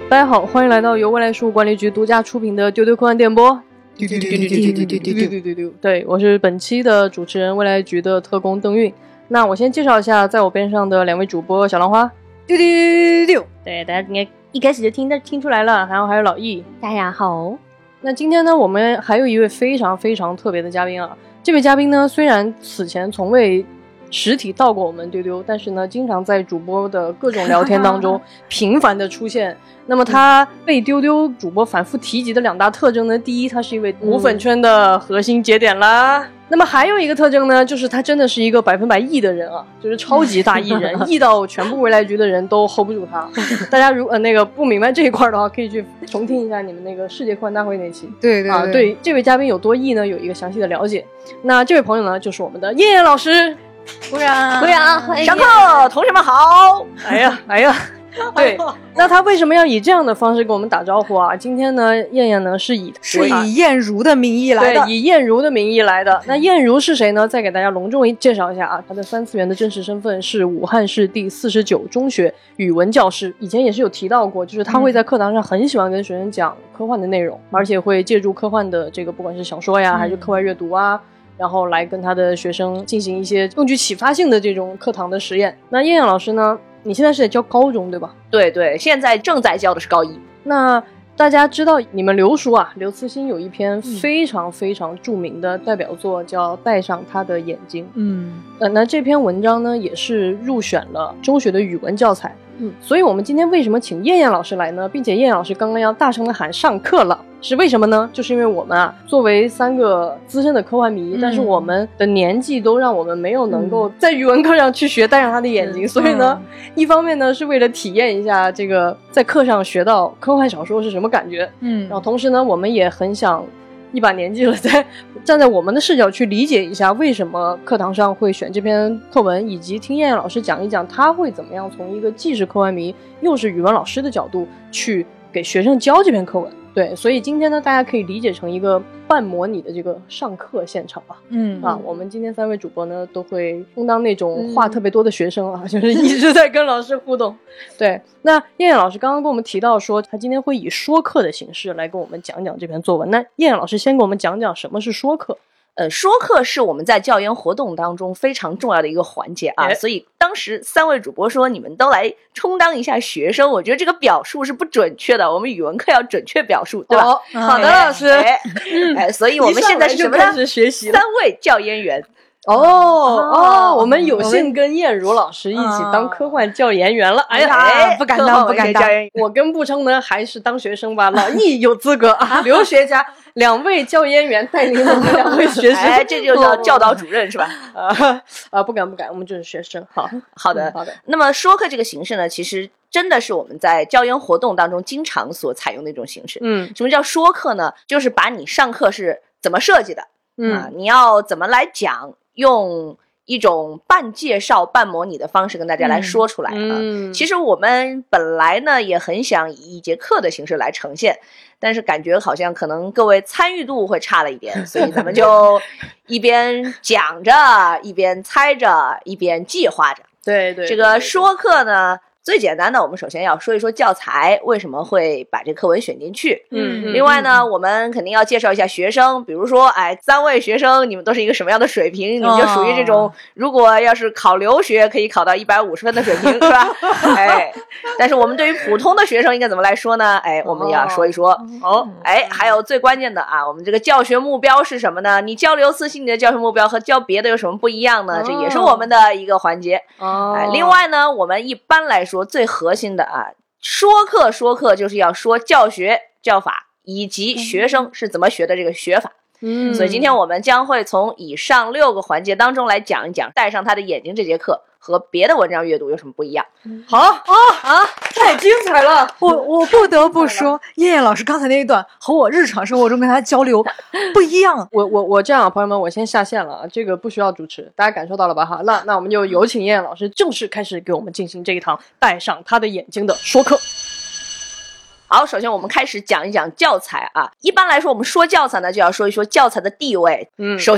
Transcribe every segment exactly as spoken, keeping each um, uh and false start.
大家好，欢迎来到由未来事务管理局独家出品的丢丢科幻电波。对，我是本期的主持人，未来局的特工邓韵。那我先介绍一下在我边上的两位主播小浪花。丢丢丢丢，对，大家应该一开始就听听出来了。然后还有老易， 大家好。 那今天呢，我们还有一位非常非常特别的嘉宾啊。这位嘉宾呢，虽然此前从未实体到过我们丢丢，但是呢，经常在主播的各种聊天当中频繁的出现。那么他被丢丢主播反复提及的两大特征呢，第一，他是一位骨粉圈的核心节点啦。嗯、那么还有一个特征呢，就是他真的是一个百分百艺的人啊，就是超级大艺人，艺到全部未来局的人都 hold 不住他。大家如呃那个不明白这一块的话，可以去重听一下你们那个世界科幻大会那期。 对对对， 啊，对这位嘉宾有多艺呢，有一个详细的了解。那这位朋友呢，就是我们的燕燕老师。 鼓掌， 鼓掌，欢迎上课，同学们好。 哎呀，哎呀，对，那他为什么要以这样的方式跟我们打招呼啊？今天呢，燕燕呢是以是以燕如的名义来的， 对，以燕如的名义来的。那燕如是谁呢？再给大家隆重介绍一下啊，她的三次元的真实身份是武汉市第四十九中学语文教师。以前也是有提到过，就是她会在课堂上很喜欢跟学生讲科幻的内容，嗯、而且会借助科幻的这个不管是小说呀，嗯、还是课外阅读啊。然后来跟他的学生进行一些更具启发性的这种课堂的实验。那燕燕老师呢，你现在是在教高中对吧？ 对对，现在正在教的是高一。 那大家知道你们刘叔啊，刘慈欣有一篇非常非常著名的代表作叫《戴上他的眼睛》。嗯，呃，那这篇文章呢也是入选了中学的语文教材。嗯，所以我们今天为什么请燕燕老师来呢？并且燕燕老师刚刚要大声的喊上课了，是为什么呢？就是因为我们啊，作为三个资深的科幻迷，嗯、但是我们的年纪都让我们没有能够在语文课上去学戴上他的眼睛，嗯、所以呢，嗯、一方面呢是为了体验一下这个在课上学到科幻小说是什么感觉，嗯，然后同时呢，我们也很想一把年纪了，在站在我们的视角去理解一下为什么课堂上会选这篇课文，以及听燕燕老师讲一讲他会怎么样从一个既是科幻迷又是语文老师的角度去给学生教这篇课文。对，所以今天呢，大家可以理解成一个半模拟的这个上课现场吧。嗯啊，我们今天三位主播呢都会充当那种话特别多的学生啊，嗯、就是一直在跟老师互动。对，那燕燕老师刚刚跟我们提到说，他今天会以说课的形式来跟我们讲讲这篇作文。那燕燕老师先给我们讲讲什么是说课。 呃，说课是我们在教研活动当中非常重要的一个环节啊，所以当时三位主播说你们都来充当一下学生，我觉得这个表述是不准确的，我们语文课要准确表述，对吧？ 哦、好的，老师。 哎，嗯哎，所以我们现在是什么呢？ 开始学习三位教研员。 哦哦，我们有幸跟燕如老师一起当科幻教研员了。哎呀， 不敢当，不敢当。 我跟不称呢，还是当学生吧。老易有资格啊，留学家，两位教研员带领我们两位学生， 哎，这就叫教导主任是吧？ 啊啊，不敢不敢，我们就是学生。好， 好的，好的。那么说课这个形式呢，其实真的是我们在教研活动当中经常所采用的一种形式。嗯，什么叫说课呢？就是把你上课是怎么设计的，嗯、啊，你要怎么来讲。用一种半介绍半模拟的方式跟大家来说出来啊。嗯嗯、其实我们本来呢也很想以一节课的形式来呈现，但是感觉好像可能各位参与度会差了一点，所以咱们就一边讲着一边猜着一边计划着。 对 对, 对， 这个说课呢最简单的，我们首先要说一说教材为什么会把这课文选进去。嗯，另外呢，嗯、我们肯定要介绍一下学生，比如说，哎，三位学生，你们都是一个什么样的水平？你们就属于这种，哦、如果要是考留学可以考到一百五十分的水平，是吧？哎，但是我们对于普通的学生应该怎么来说呢？哎，我们也要说一说。哦，哎，还有最关键的啊，我们这个教学目标是什么呢？你交流私信你的教学目标和教别的有什么不一样呢？这也是我们的一个环节。哦，哎，另外呢，我们一般来说。最核心的啊，说课说课就是要说教学教法以及学生是怎么学的这个学法。嗯，所以今天我们将会从以上六个环节当中来讲一讲戴上他的眼睛这节课和别的文章阅读有什么不一样。 好啊啊，太精彩了！ 我我不得不说，燕燕老师刚才那一段和我日常生活中跟他交流不一样。 我我我这样，朋友们，我先下线了啊，这个不需要主持，大家感受到了吧？哈，那那我们就有请燕燕老师正式开始给我们进行这一堂戴上他的眼睛的说课。 好，首先我们开始讲一讲教材啊。一般来说，我们说教材呢，就要说一说教材的地位。嗯，首先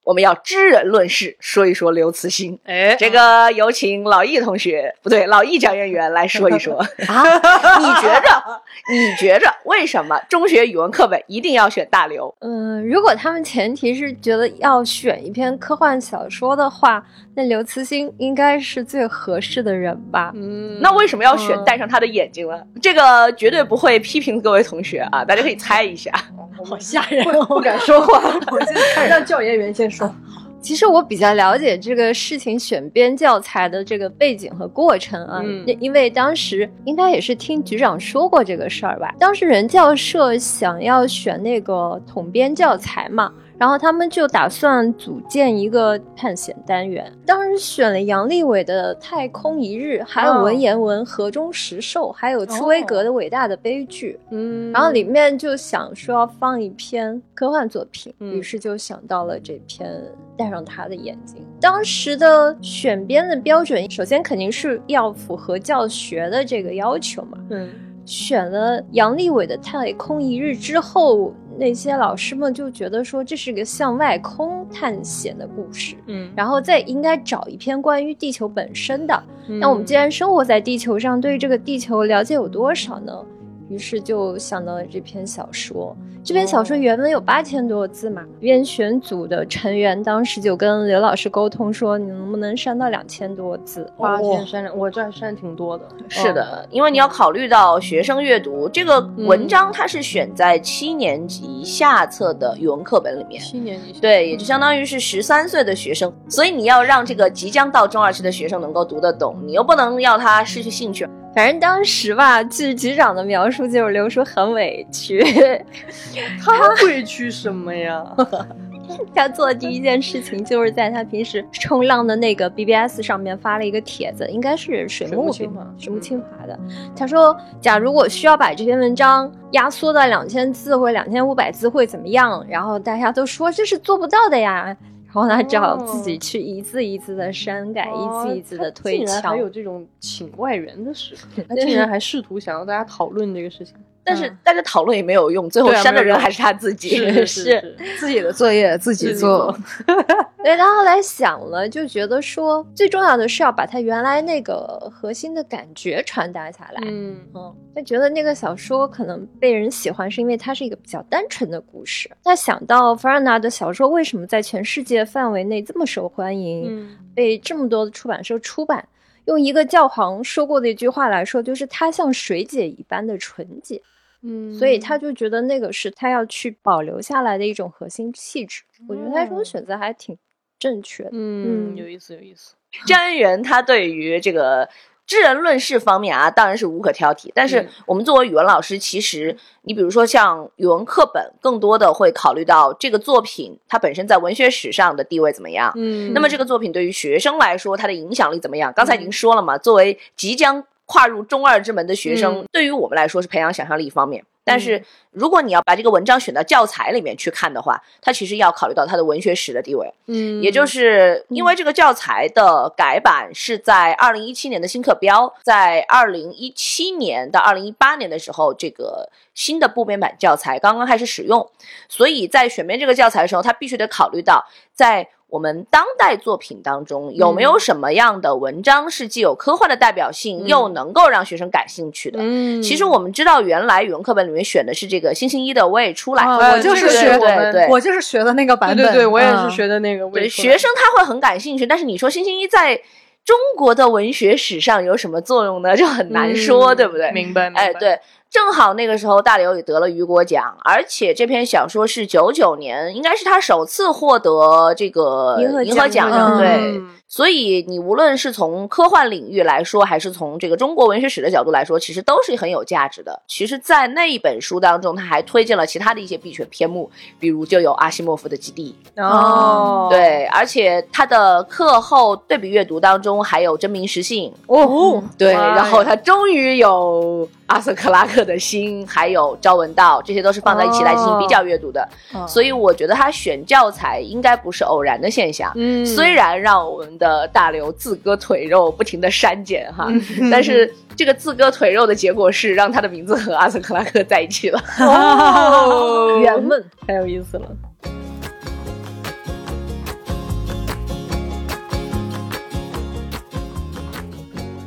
我们要知人论事，说一说刘慈欣。 哎， 这个有请老易同学，不对，老易讲演员来说一说啊。你觉着，你觉着为什么中学语文课本一定要选大刘？ 嗯、呃，如果他们前提是觉得要选一篇科幻小说的话，那刘慈欣应该是最合适的人吧。 嗯，那为什么要选戴上他的眼睛呢？嗯、这个绝对不会批评各位同学啊，大家可以猜一下。 好吓人，不敢说话。我先让教研员先说。 其实我比较了解这个事情选编教材的这个背景和过程啊，嗯、因为当时应该也是听局长说过这个事儿吧。当时人教社想要选那个统编教材嘛，然后他们就打算组建一个探险单元，当时选了杨利伟的《太空一日》，还有文言文《河中石兽》，还有茨威格的《伟大的悲剧》。嗯，然后里面就想说要放一篇科幻作品，嗯、于是就想到了这篇《戴上他的眼睛》。当时的选编的标准，首先肯定是要符合教学的这个要求嘛。嗯。选了杨利伟的《太空一日》之后，那些老师们就觉得说这是个向外空探险的故事，嗯，然后再应该找一篇关于地球本身的。嗯、那我们既然生活在地球上，对这个地球了解有多少呢？于是就想到了这篇小说。这篇小说原文有八千多字嘛，编选组的成员当时就跟刘老师沟通说，你能不能删到两千多字？ 八千删，我这还删挺多的。 是的，嗯、因为你要考虑到学生阅读，这个文章它是选在七年级下册的语文课本里面。 七年级下册， 对，也就相当于是十三岁的学生，所以你要让这个即将到中二期的学生能够读得懂，你又不能要他失去兴趣。 反正当时吧，据局长的描述，就是刘叔很委屈。 他委屈什么呀？ 他做的第一件事情就是在他平时冲浪的那个 B B S 上面发了一个帖子，应该是水木清华水木清华的。他说，假如我需要把这篇文章压缩到两千字或者两千五百字会怎么样？然后大家都说这是做不到的呀。然后他只好自己去一字一字的删改，哦、一字一字的推敲。 竟然还有这种请外援的时候，他竟然还试图想要大家讨论这个事情。 但是大家讨论也没有用，最后删的人还是他自己。 是是是， 自己的作业自己做。 对，他后来想了，就觉得说最重要的是要把他原来那个核心的感觉传达下来。嗯嗯，他觉得那个小说可能被人喜欢，是因为它是一个比较单纯的故事。他想到凡尔纳的小说为什么在全世界范围内这么受欢迎，嗯、被这么多的出版社出版。用一个教皇说过的一句话来说，就是它像水解一般的纯洁。嗯，所以他就觉得那个是他要去保留下来的一种核心气质。嗯、我觉得他这种选择还挺正确的。 嗯，嗯有意思有意思。 张恩元他对于这个知人论事方面啊，当然是无可挑剔。但是我们作为语文老师，其实你比如说像语文课本，更多的会考虑到这个作品它本身在文学史上的地位怎么样。嗯，那么这个作品对于学生来说，它的影响力怎么样？刚才已经说了嘛，嗯、作为即将跨入中二之门的学生，嗯、对于我们来说是培养想象力一方面。但是如果你要把这个文章选到教材里面去看的话，它其实要考虑到它的文学史的地位。嗯，也就是因为这个教材的改版是在二零一七年的新课标，在二零一七年到二零一八年的时候，这个新的部编版教材刚刚开始使用，所以在选编这个教材的时候，它必须得考虑到在我们当代作品当中有没有什么样的文章是既有科幻的代表性，嗯、又能够让学生感兴趣的。嗯，其实我们知道原来语文课本里面选的是这个星星一的未出来， 啊、我就是学对对， 我就是学的那个版本。 对对对，我也是学的那个未出来。 对，学生他会很感兴趣，但是你说星星一在中国的文学史上有什么作用呢？就很难说，嗯、对不对？ 明白，明白。 哎，对。正好那个时候大刘也得了雨果奖，而且这篇小说是九九年，应该是他首次获得这个银河奖的，对。嗯、所以你无论是从科幻领域来说，还是从这个中国文学史的角度来说，其实都是很有价值的。其实在那一本书当中，他还推荐了其他的一些必选篇目，比如就有阿西莫夫的基地。哦，对，而且他的课后对比阅读当中还有真名实姓。哦，对，然后他终于有阿瑟克拉克的心，还有朝闻道，这些都是放在一起来进行比较阅读的。哦、所以我觉得他选教材应该不是偶然的现象。嗯，虽然让我们的大刘自割腿肉不停的删减哈，嗯、但是这个自割腿肉的结果是让他的名字和阿瑟克拉克在一起了。 哦，原文太有意思了。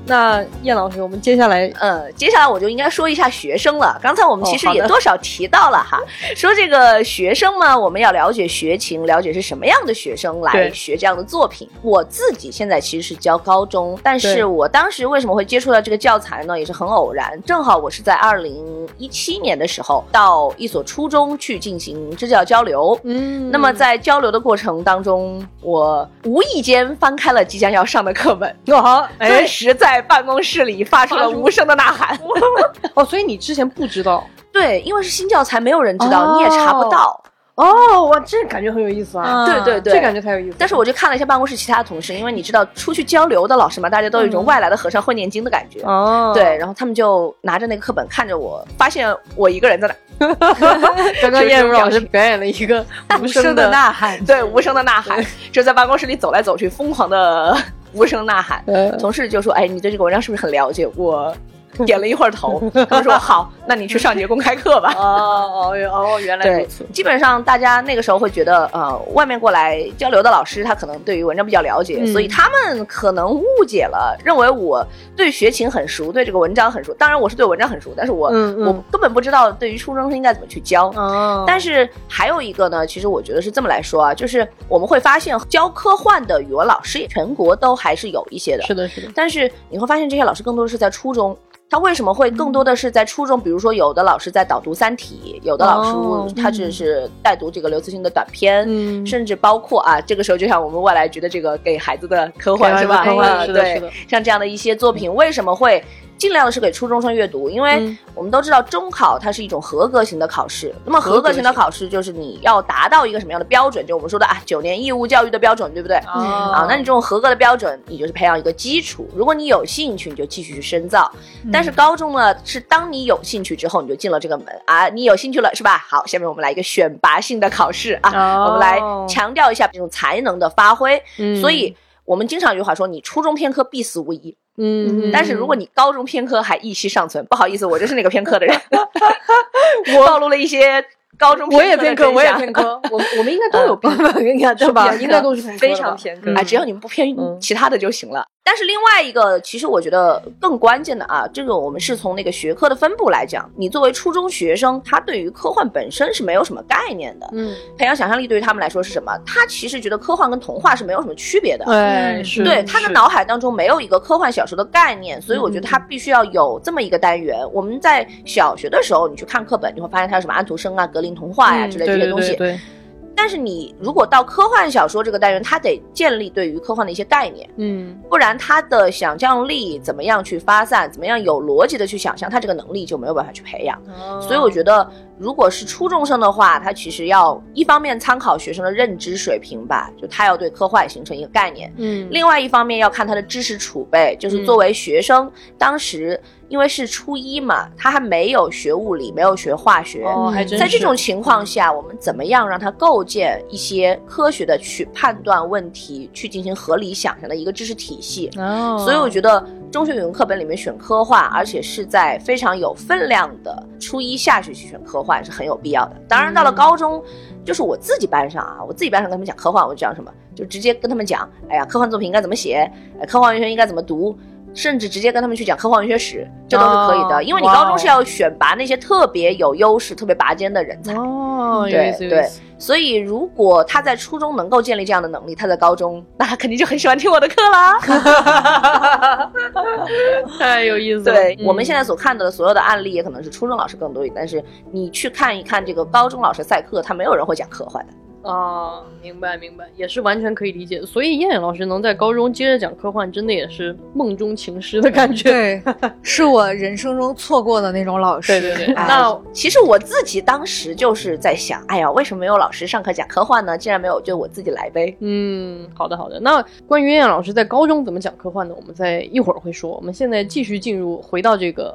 那燕老师，我们接下来， 呃，接下来我就应该说一下学生了。刚才我们其实也多少提到了哈，哦、说这个学生嘛，我们要了解学情，了解是什么样的学生来学这样的作品。我自己现在其实是教高中，但是我当时为什么会接触到这个教材呢？也是很偶然，正好我是在二零一七年的时候到一所初中去进行支教交流。嗯，那么在交流的过程当中，我无意间翻开了即将要上的课本， 哦， 顿时在办公室里发出了无声的呐喊。 哦，所以你之前不知道？ 对，因为是新教材，没有人知道，哦、你也查不到。 哦，哇，这感觉很有意思啊！ 对对对， 这感觉太有意思。 但是我就看了一下办公室其他的同事，因为你知道出去交流的老师嘛，大家都有一种外来的和尚会念经的感觉。哦、嗯，对，然后他们就拿着那个课本看着我，发现我一个人在那。 刚刚燕如老师表演了一个无声的呐喊， 对，无声的呐喊，就在办公室里走来走去，疯狂的无声呐喊。同事就说：“哎，你对这个文章是不是很了解？”我点了一会儿头，他们说好，那你去上节公开课吧。 哦哦哦，原来如此。 基本上大家那个时候会觉得，呃，外面过来交流的老师，他可能对于文章比较了解，嗯、所以他们可能误解了，认为我对学情很熟，对这个文章很熟。当然我是对文章很熟，但是我、嗯嗯、我根本不知道对于初中生应该怎么去教。哦、但是还有一个呢，其实我觉得是这么来说啊，就是我们会发现教科幻的语文老师，全国都还是有一些的。 是的，是的。 但是你会发现这些老师更多的是在初中。他为什么会更多的是在初中？比如说，有的老师在导读《三体》，有的老师、哦、他只是带读这个刘慈欣的短篇，嗯、甚至包括啊，这个时候就像我们外来局的这个给孩子的科幻是吧？ 科幻是的， 对， 是的， 像这样的一些作品，为什么会尽量的是给初中生阅读？因为我们都知道中考它是一种合格型的考试，那么合格型的考试就是你要达到一个什么样的标准？就我们说的啊，九年义务教育的标准，对不对？哦、啊，那你这种合格的标准，你就是培养一个基础。如果你有兴趣，你就继续去深造。嗯、但是高中呢，是当你有兴趣之后，你就进了这个门啊，你有兴趣了是吧？好，下面我们来一个选拔性的考试啊，哦、我们来强调一下这种才能的发挥。嗯、所以我们经常有句话说，你初中偏科必死无疑。嗯，但是如果你高中偏科还一息尚存，不好意思，我就是那个偏科的人，我暴露了一些高中偏科的真相。我也偏科，我也偏科，我我们应该都有偏科，应该对吧？应该都是偏科， 非常偏科啊，只要你们不偏其他的就行了。但是另外一个，其实我觉得更关键的啊，这个我们是从那个学科的分布来讲，你作为初中学生，他对于科幻本身是没有什么概念的。嗯，培养想象力对于他们来说是什么？他其实觉得科幻跟童话是没有什么区别的。 对，是。 对，他的脑海当中没有一个科幻小说的概念，所以我觉得他必须要有这么一个单元。嗯、我们在小学的时候，你去看课本，你会发现它有什么安徒生啊、格林童话呀、啊、之类这些东西。 对对对对。 但是你如果到科幻小说这个单元，它得建立对于科幻的一些概念，嗯，不然它的想象力怎么样去发散，怎么样有逻辑的去想象，它这个能力就没有办法去培养。哦、所以我觉得，如果是初中生的话，他其实要一方面参考学生的认知水平吧，就他要对科幻形成一个概念，嗯，另外一方面要看他的知识储备，就是作为学生，嗯、当时。因为是初一嘛，他还没有学物理，没有学化学， 哦，还真是。 在这种情况下，我们怎么样让他构建一些科学的去判断问题，去进行合理想象的一个知识体系？哦，所以我觉得中学语文课本里面选科幻，而且是在非常有分量的初一下学期选科幻是很有必要的。当然，到了高中，嗯、就是我自己班上啊，我自己班上跟他们讲科幻，我就讲什么，就直接跟他们讲，哎呀，科幻作品应该怎么写，哎，科幻文学应该怎么读。甚至直接跟他们去讲科幻文学史，这都是可以的，哦、因为你高中是要选拔那些特别有优势、特别拔尖的人才。哦，对对，所以如果他在初中能够建立这样的能力，他在高中，那他肯定就很喜欢听我的课啦。 太有意思了。 对、嗯、我们现在所看到的所有的案例，也可能是初中老师更多一点，但是你去看一看这个高中老师赛课，他没有人会讲科幻的。 哦，明白明白，也是完全可以理解的。所以燕燕老师能在高中接着讲科幻，真的也是梦中情诗的感觉。 对，是我人生中错过的那种老师。 对对对。 哎、那其实我自己当时就是在想，哎呀，为什么没有老师上课讲科幻呢？既然没有，就我自己来呗。 嗯，好的好的。那关于燕燕老师在高中怎么讲科幻呢？我们在一会儿会说。我们现在继续进入，回到这个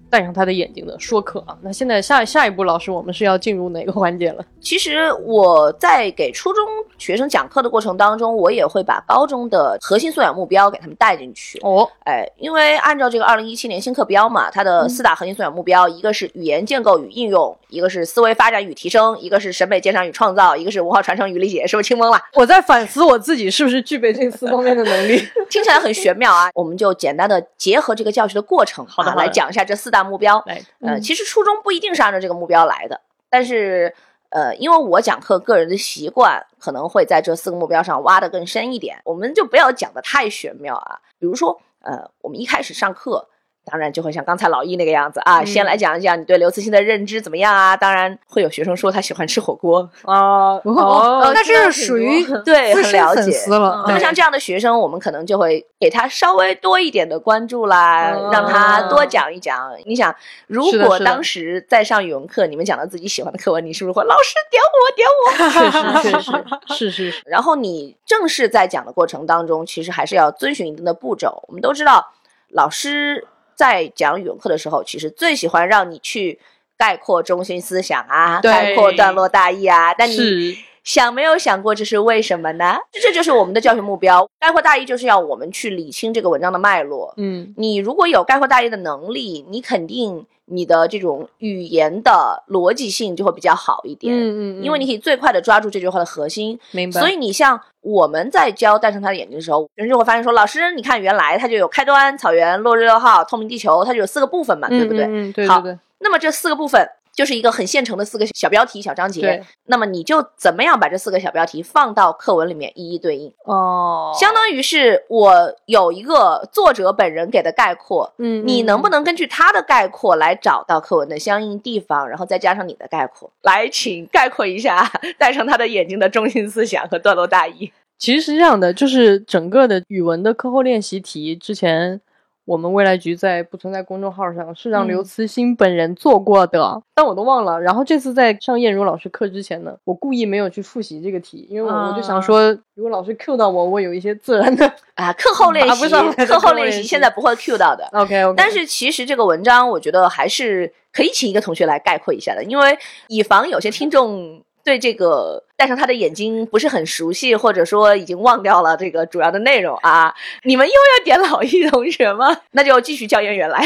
戴上他的眼睛的说课啊。那现在下下一步，老师我们是要进入哪个环节了？ 其实我在给初中学生讲课的过程当中，我也会把高中的核心素养目标给他们带进去。 哦， 哎，因为按照这个二零一七年新课标嘛，它的四大核心素养目标，嗯、一个是语言建构与应用，一个是思维发展与提升，一个是审美鉴赏与创造，一个是文化传承与理解，是不是清懵了？ 我在反思我自己是不是具备这四方面的能力。 听起来很玄妙啊，我们就简单的结合这个教学的过程， 好的， 啊、来讲一下这四大目标。 来， 呃，其实初中不一定是按照这个目标来的，但是呃，因为我讲课个人的习惯可能会在这四个目标上挖得更深一点，我们就不要讲得太玄妙啊。比如说，呃，我们一开始上课，当然就会像刚才老易那个样子啊，嗯、先来讲一讲你对刘慈欣的认知怎么样啊。当然会有学生说他喜欢吃火锅啊，哦， 哦那这是属于对很了解了。 那么像这样的学生，我们可能就会给他稍微多一点的关注啦，嗯、让他多讲一讲。你想，如果当时在上语文课，你们讲到自己喜欢的课文，你是不是会老师点我点我？确实确实是是是。 然后你正式在讲的过程当中，其实还是要遵循一定的步骤。我们都知道，老师在讲语文课的时候，其实最喜欢让你去概括中心思想啊，概括段落大意啊。但你想没有想过这是为什么呢？这就是我们的教学目标。概括大意就是要我们去理清这个文章的脉络。嗯，你如果有概括大意的能力，你肯定你的这种语言的逻辑性就会比较好一点。嗯嗯嗯，因为你可以最快的抓住这句话的核心。 明白。 所以你像我们在教戴上他的眼睛的时候，学生就会发现说，老师你看原来它就有开端、草原、落日六号、透明地球，它就有四个部分嘛， 嗯、 对不对？ 嗯，对对对。 好，那么这四个部分就是一个很现成的四个小标题、小章节。那么你就怎么样把这四个小标题放到课文里面一一对应？哦，相当于是我有一个作者本人给的概括，嗯，你能不能根据他的概括来找到课文的相应地方，然后再加上你的概括？来，请概括一下戴上他的眼睛的中心思想和段落大意。 其实是这样的，就是整个的语文的课后练习题之前我们未来局在不存在公众号上是让刘慈欣本人做过的、嗯、但我都忘了。然后这次在上燕如老师课之前呢，我故意没有去复习这个题，因为我、啊、我就想说如果老师 Q 到我，我有一些自然的啊课后练习课后练习现在不会 Q 到的。 OK OK。 但是其实这个文章我觉得还是可以请一个同学来概括一下的，因为以防有些听众对这个戴上他的眼睛不是很熟悉，或者说已经忘掉了这个主要的内容啊。你们又要点老易同学吗？那就继续叫演员来。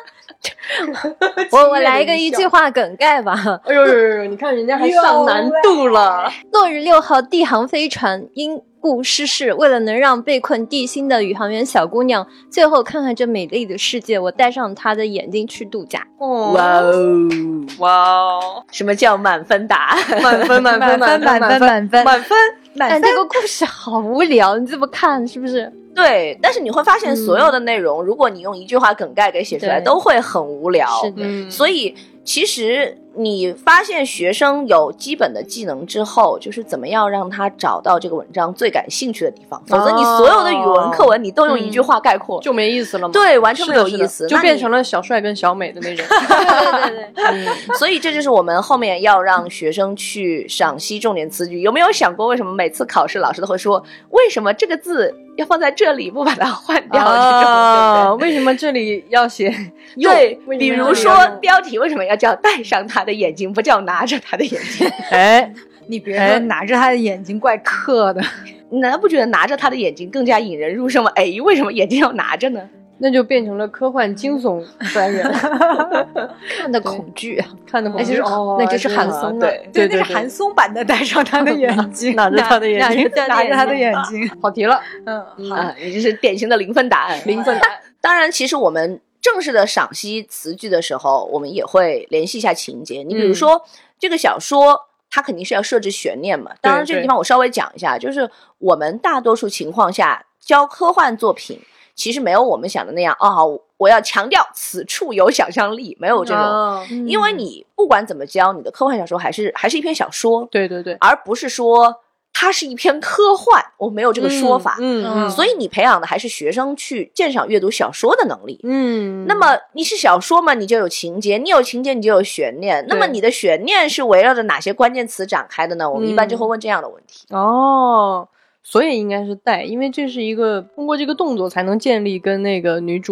我我来一个一句话梗概吧。 哎呦呦呦，你看人家还上难度了。 落日六号地航飞船因故失事，为了能让被困地心的宇航员小姑娘最后看看这美丽的世界，我戴上她的眼睛去度假。 哦，哇哦哇哦！什么叫满分打？ 满分满分满分满分满分满分！ 但这个故事好无聊，你这么看是不是？ 对，但是你会发现所有的内容、嗯、如果你用一句话梗概给写出来都会很无聊。 是的、嗯、 所以其实你发现学生有基本的技能之后，就是怎么样让他找到这个文章最感兴趣的地方、哦、否则你所有的语文课文你都用一句话概括、 嗯、就没意思了吗？ 对，完全没有意思， 就变成了小帅跟小美的那种。 对对对对、嗯、所以这就是我们后面要让学生去赏析重点词句。有没有想过为什么每次考试老师都会说为什么这个字要放在这里不把它换掉、啊、这种，对不对？ 为什么这里要写对，比如说标题为什么要叫戴上他的眼睛不叫拿着他的眼睛？ 哎，你别说拿着他的眼睛怪刻的， 你难道不觉得拿着他的眼睛更加引人入胜吗？哎，为什么眼睛要拿着呢？ 那就变成了科幻惊悚单元。 看的恐惧， 看的恐惧、 哦、那就是韩松的、 啊、对, 对, 对, 对，那是韩松版的戴上他的眼睛拿着他的眼睛拿着他的眼睛。 好题了。 嗯，好、啊，你这是典型的零分答案。 零分答案。 当然其实我们正式的赏析词句的时候，我们也会联系一下情节。你比如说、嗯、这个小说它肯定是要设置悬念嘛，当然这个地方我稍微讲一下，就是我们大多数情况下教科幻作品其实没有我们想的那样哦，我要强调此处有想象力，没有这种、哦嗯、因为你不管怎么教，你的科幻小说还是还是一篇小说， 对对对， 而不是说它是一篇科幻，我没有这个说法。 嗯 嗯, 嗯， 所以你培养的还是学生去鉴赏阅读小说的能力。 嗯， 那么你是小说嘛，你就有情节，你有情节你就有悬念，那么你的悬念是围绕着哪些关键词展开的呢？我们一般就会问这样的问题。 嗯、哦，所以应该是带，因为这是一个通过这个动作才能建立跟那个女主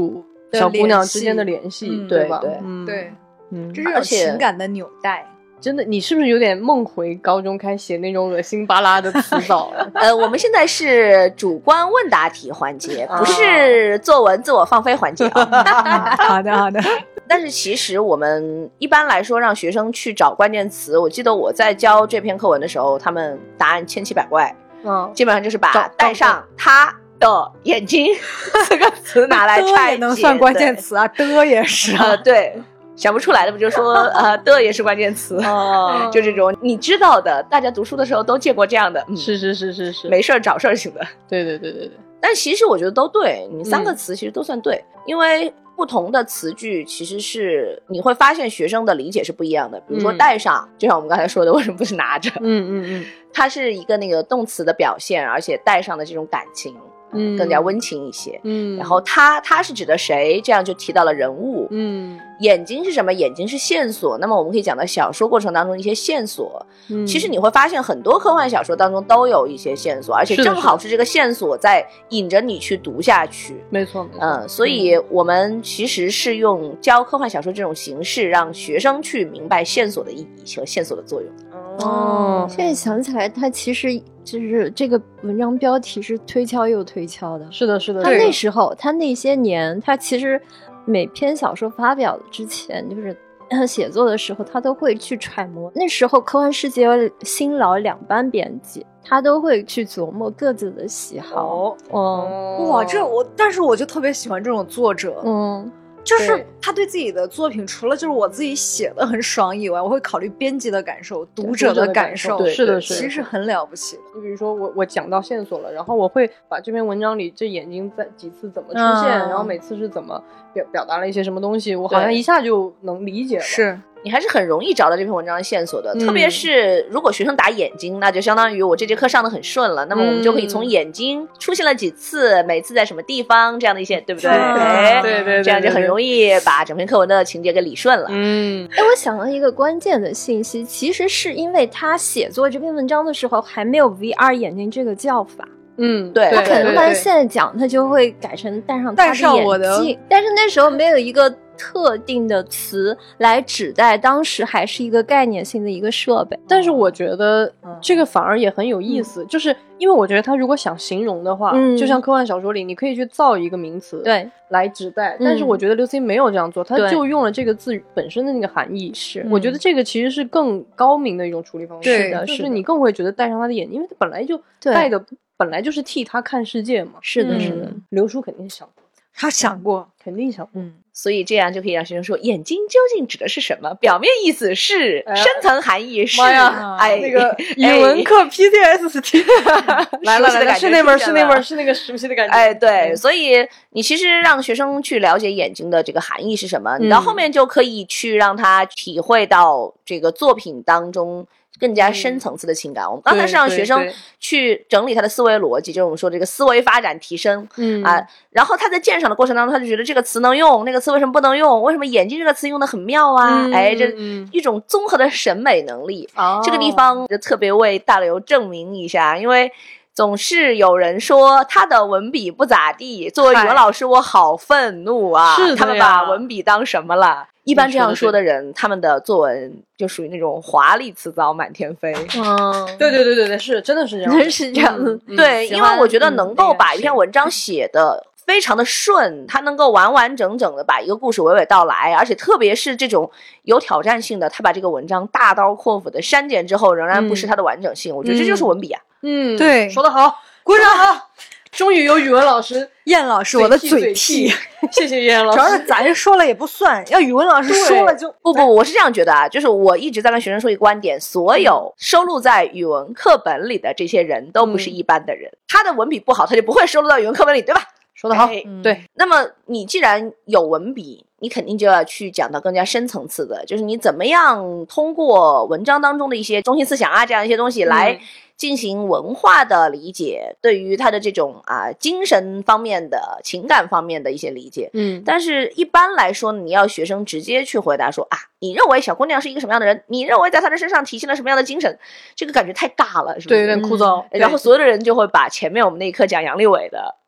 小姑娘之间的联系， 嗯、 对吧？ 对嗯对， 嗯， 这是有情感的纽带。 真的，你是不是有点梦回高中开始写那种恶心巴拉的词藻了？ 呃，我们现在是主观问答题环节，不是作文自我放飞环节啊。好的，好的。 但是其实我们一般来说让学生去找关键词，我记得我在教这篇课文的时候，他们答案千奇百怪，嗯，基本上就是把带上他的眼睛四个词拿来拆解， 也能算关键词啊，的也是啊，呃，对。想不出来的不就说呃的也是关键词哦，就这种你知道的，大家读书的时候都见过这样的， 嗯、是是是是是， 没事儿找事儿型的， 对对对对对。 但其实我觉得都对，你三个词其实都算对，嗯、因为不同的词句其实是你会发现学生的理解是不一样的。比如说带上，嗯、就像我们刚才说的，为什么不是拿着？ 嗯嗯嗯， 它是一个那个动词的表现，而且带上的这种感情。嗯，更加温情一些。嗯，然后他他是指的谁？这样就提到了人物。嗯，眼睛是什么？眼睛是线索。那么我们可以讲到小说过程当中一些线索。嗯，其实你会发现很多科幻小说当中都有一些线索，而且正好是这个线索在引着你去读下去。 没错，没错。 嗯，所以我们其实是用教科幻小说这种形式，让学生去明白线索的意义和线索的作用。 哦，现在想起来，它其实就是这个文章标题是推敲又推敲的。 是的，是的。 他那时候，他那些年，他其实每篇小说发表之前，就是他写作的时候，他都会去揣摩。那时候科幻世界有新老两班编辑，他都会去琢磨各自的喜好。 哦，嗯、哇，这我，但是我就特别喜欢这种作者。嗯。就是他对自己的作品，除了就是我自己写的很爽以外，我会考虑编辑的感受、读者的感受。 对，是的，是的， 其实很了不起的。 你比如说我，我讲到线索了，然后我会把这篇文章里这眼睛在几次怎么出现，嗯、然后每次是怎么表表达了一些什么东西，我好像一下就能理解了。 是。 你还是很容易找到这篇文章的线索的，嗯、特别是如果学生打眼睛，那就相当于我这节课上得很顺了，那么我们就可以从眼睛出现了几次，每次在什么地方这样的一些，对不对？ 对对 对, 对， 这样就很容易把整篇课文的情节给理顺了。 嗯，哎，我想到一个关键的信息，其实是因为他写作这篇文章的时候还没有 V R 眼镜这个叫法。 嗯，对， 他可能他现在讲，他就会改成戴上他的眼镜，但是那时候没有一个特定的词来指代当时还是一个概念性的一个设备。 但是我觉得这个反而也很有意思，嗯、就是因为我觉得他如果想形容的话，嗯、就像科幻小说里，你可以去造一个名词对来指代，嗯、但是我觉得刘慈欣没有这样做，他就用了这个字本身的那个含义。是，我觉得这个其实是更高明的一种处理方式。 是的， 就是你更会觉得戴上他的眼睛，因为他本来就戴的。本来就是替他看世界嘛。 是的，是的。 刘叔肯定想过， 他想过， 肯定想过。 嗯，所以这样就可以让学生说，眼睛究竟指的是什么？表面意思是，哎、深层含义是。 妈呀，哎，那个语文课 P T S D 来了来了，是那本是那本是那个熟悉的感觉。 哎，对，嗯、所以你其实让学生去了解眼睛的这个含义是什么，嗯、你到后面就可以去让他体会到这个作品当中更加深层次的情感。嗯、我们刚才是让学生去整理他的思维逻辑，就是我们说这个思维发展提升，嗯啊，然后他在鉴赏的过程当中，他就觉得这个词能用，那个词为什么不能用？为什么眼睛这个词用的很妙啊？嗯、哎，这一种综合的审美能力。哦、这个地方就特别为大刘证明一下，因为总是有人说他的文笔不咋地，作为语文老师我好愤怒啊！ 是他们把文笔当什么了？一般这样说的人，他们的作文就属于那种华丽辞藻满天飞。 嗯，对对对对对，是真的是这样， 是这样的。 嗯、对，因为我觉得能够把一篇文章写的非常的顺，他能够完完整整的把一个故事娓娓道来，而且特别是这种有挑战性的，他把这个文章大刀阔斧的删减之后，仍然不失它的完整性。嗯、我觉得这就是文笔啊。 嗯， 对， 说得好，鼓掌好。终于有语文老师燕老师我的嘴替， 谢谢燕老师。 主要是咱说了也不算，要语文老师说了就不不，我是这样觉得啊，就是我一直在跟学生说一个观点，所有收录在语文课本里的这些人都不是一般的人，嗯、他的文笔不好，他就不会收录到语文课本里，对吧？ 说得好， 哎嗯、对。 那么你既然有文笔，你肯定就要去讲到更加深层次的，就是你怎么样通过文章当中的一些中心思想啊，这样一些东西来。嗯进行文化的理解，对于他的这种啊精神方面的情感方面的一些理解，嗯，但是一般来说，你要学生直接去回答说啊，你认为小姑娘是一个什么样的人？你认为在她的身上体现了什么样的精神？这个感觉太大了，是不是？ 对，有点枯燥。 嗯、然后所有的人就会把前面我们那一课讲杨利伟的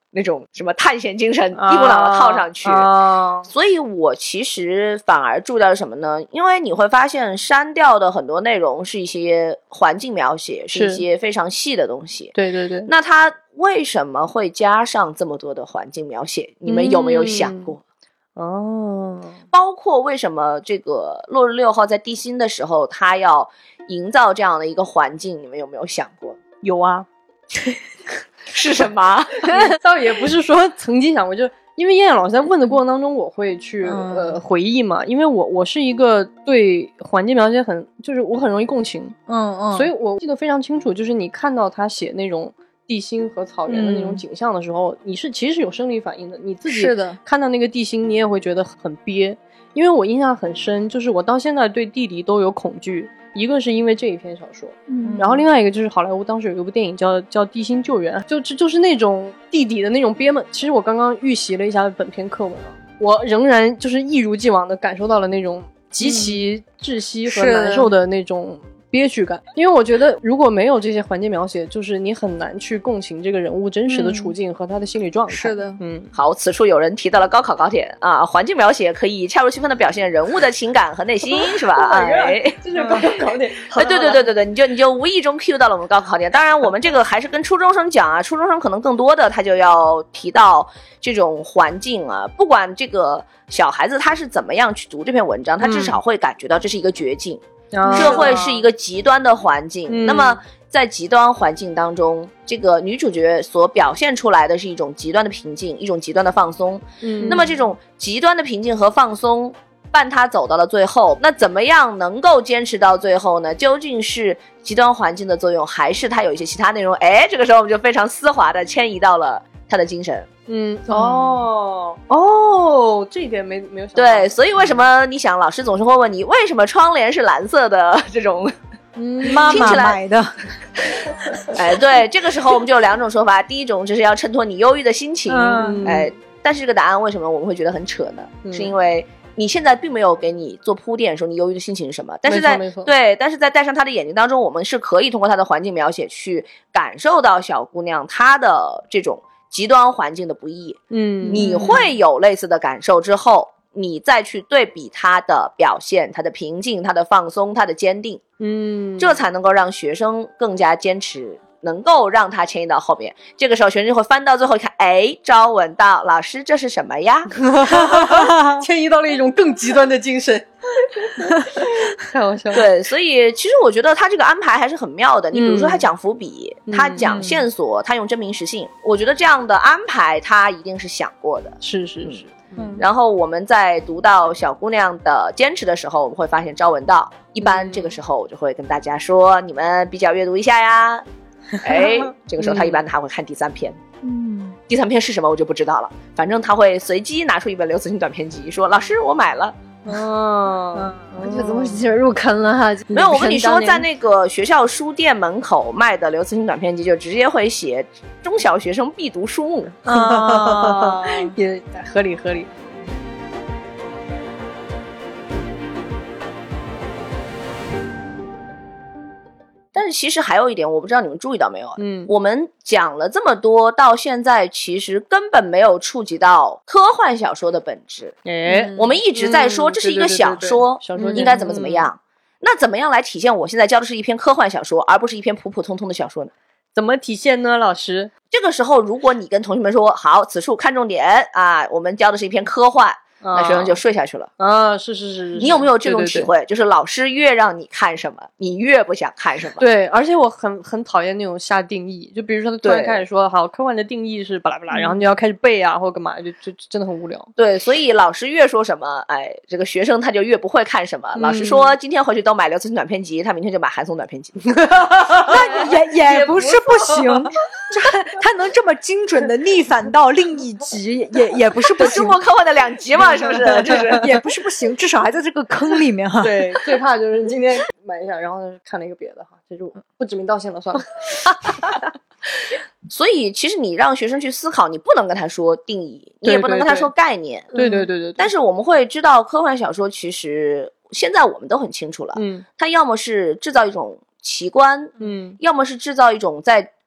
那种什么探险精神一股脑的套上去、啊啊、所以我其实反而注意到了什么呢？因为你会发现删掉的很多内容是一些环境描写，是一些非常细的东西。 对对对。 那它为什么会加上这么多的环境描写？你们有没有想过？ 嗯、哦， 包括为什么这个落日六号在地心的时候，它要营造这样的一个环境，你们有没有想过？ 有啊。 是什么？ 倒也不是说曾经想过，就因为燕燕老师在问的过程当中，我会去、嗯、呃回忆嘛，因为我我是一个对环境描写很就是我很容易共情， 嗯嗯， 所以我记得非常清楚，就是你看到他写那种地心和草原的那种景象的时候，嗯、你是其实是有生理反应的，你自己看到那个地心，你也会觉得很憋，因为我印象很深，就是我到现在对地理都有恐惧。一个是因为这一篇小说，嗯，然后另外一个就是好莱坞当时有一部电影叫叫《地心救援》，就就就是那种地底的那种憋闷。其实我刚刚预习了一下本篇课文啊，我仍然就是一如既往的感受到了那种极其窒息和难受的那种憋屈感，因为我觉得如果没有这些环境描写，就是你很难去共情这个人物真实的处境和他的心理状态。 是的， 嗯，好，此处有人提到了高考高点啊，环境描写可以恰如其分的表现人物的情感和内心，是吧？ 哎，这就是高考考点。 哎，对对对对对，你就你就无意中 cue 到了我们高考考点。当然，我们这个还是跟初中生讲啊，初中生可能更多的他就要提到这种环境啊，不管这个小孩子他是怎么样去读这篇文章，他至少会感觉到这是一个绝境。嗯，这会是一个极端的环境、嗯、那么在极端环境当中，这个女主角所表现出来的是一种极端的平静，一种极端的放松、嗯、那么这种极端的平静和放松伴她走到了最后，那怎么样能够坚持到最后呢？究竟是极端环境的作用，还是她有一些其他内容？哎，这个时候我们就非常丝滑的迁移到了她的精神。 嗯，哦哦，这一点没没有想到。 对，所以为什么你想老师总是会问你为什么窗帘是蓝色的这种， 嗯，妈妈买的。 哎，对，这个时候我们就有两种说法，第一种就是要衬托你忧郁的心情，嗯、哎，但是这个答案为什么我们会觉得很扯呢？嗯、是因为你现在并没有给你做铺垫说你忧郁的心情是什么，但是在对，但是在戴上他的眼睛当中，我们是可以通过他的环境描写去感受到小姑娘她的这种极端环境的不易，嗯，你会有类似的感受之后，你再去对比他的表现，他的平静，他的放松，他的坚定，嗯，这才能够让学生更加坚持，能够让他迁移到后面。这个时候学生就会翻到最后一看，哎，朝闻道，老师这是什么呀？ 迁移到了一种更极端的精神。太好笑了。 对，所以其实我觉得他这个安排还是很妙的。你比如说他讲伏笔、嗯、他讲线索、嗯、他用真名实姓，我觉得这样的安排他一定是想过的。 是是是、 嗯、然后我们在读到小姑娘的坚持的时候，我们会发现朝闻道，一般这个时候我就会跟大家说、嗯、你们比较阅读一下呀。哎，这个时候他一般他会看第三篇，嗯，第三篇是什么我就不知道了，反正他会随机拿出一本刘慈欣短篇集，说老师我买了。 哦，我就怎么进入坑了哈？ 没有，我跟你说，在那个学校书店门口卖的刘慈欣短篇集，就直接会写中小学生必读书目， 啊，也合理合理。 但是其实还有一点，我不知道你们注意到没有，嗯，我们讲了这么多，到现在其实根本没有触及到科幻小说的本质。哎，我们一直在说这是一个小说， 小说应该怎么怎么样。那怎么样来体现我现在教的是一篇科幻小说，而不是一篇普普通通的小说呢？ 怎么体现呢，老师？ 这个时候，如果你跟同学们说，好，此处看重点啊，我们教的是一篇科幻。那学生就睡下去了啊！是是 是, 是， 你有没有这种体会？对对对，就是老师越让你看什么，你越不想看什么。 对，而且我很很讨厌那种下定义，就比如说他突然开始说，好，科幻的定义是巴拉巴拉，然后你要开始背啊，或者干嘛，就就真的很无聊。 对，所以老师越说什么，哎，这个学生他就越不会看什么。嗯、老师说今天回去都买刘慈欣短篇集，他明天就买韩松短篇集。 那也也不是不行，他能这么精准的逆反到另一集，也也不是不行。 中国科幻的两集嘛。是不是？就是也不是不行，至少还在这个坑里面哈。 对，最怕就是今天买一下，然后看了一个别的哈，这就不指名道姓了，算了。 所以其实你让学生去思考，你不能跟他说定义，你也不能跟他说概念。 对对对 对, 对。 但是我们会知道，科幻小说其实现在我们都很清楚了，嗯，它要么是制造一种奇观，嗯，要么是制造一种在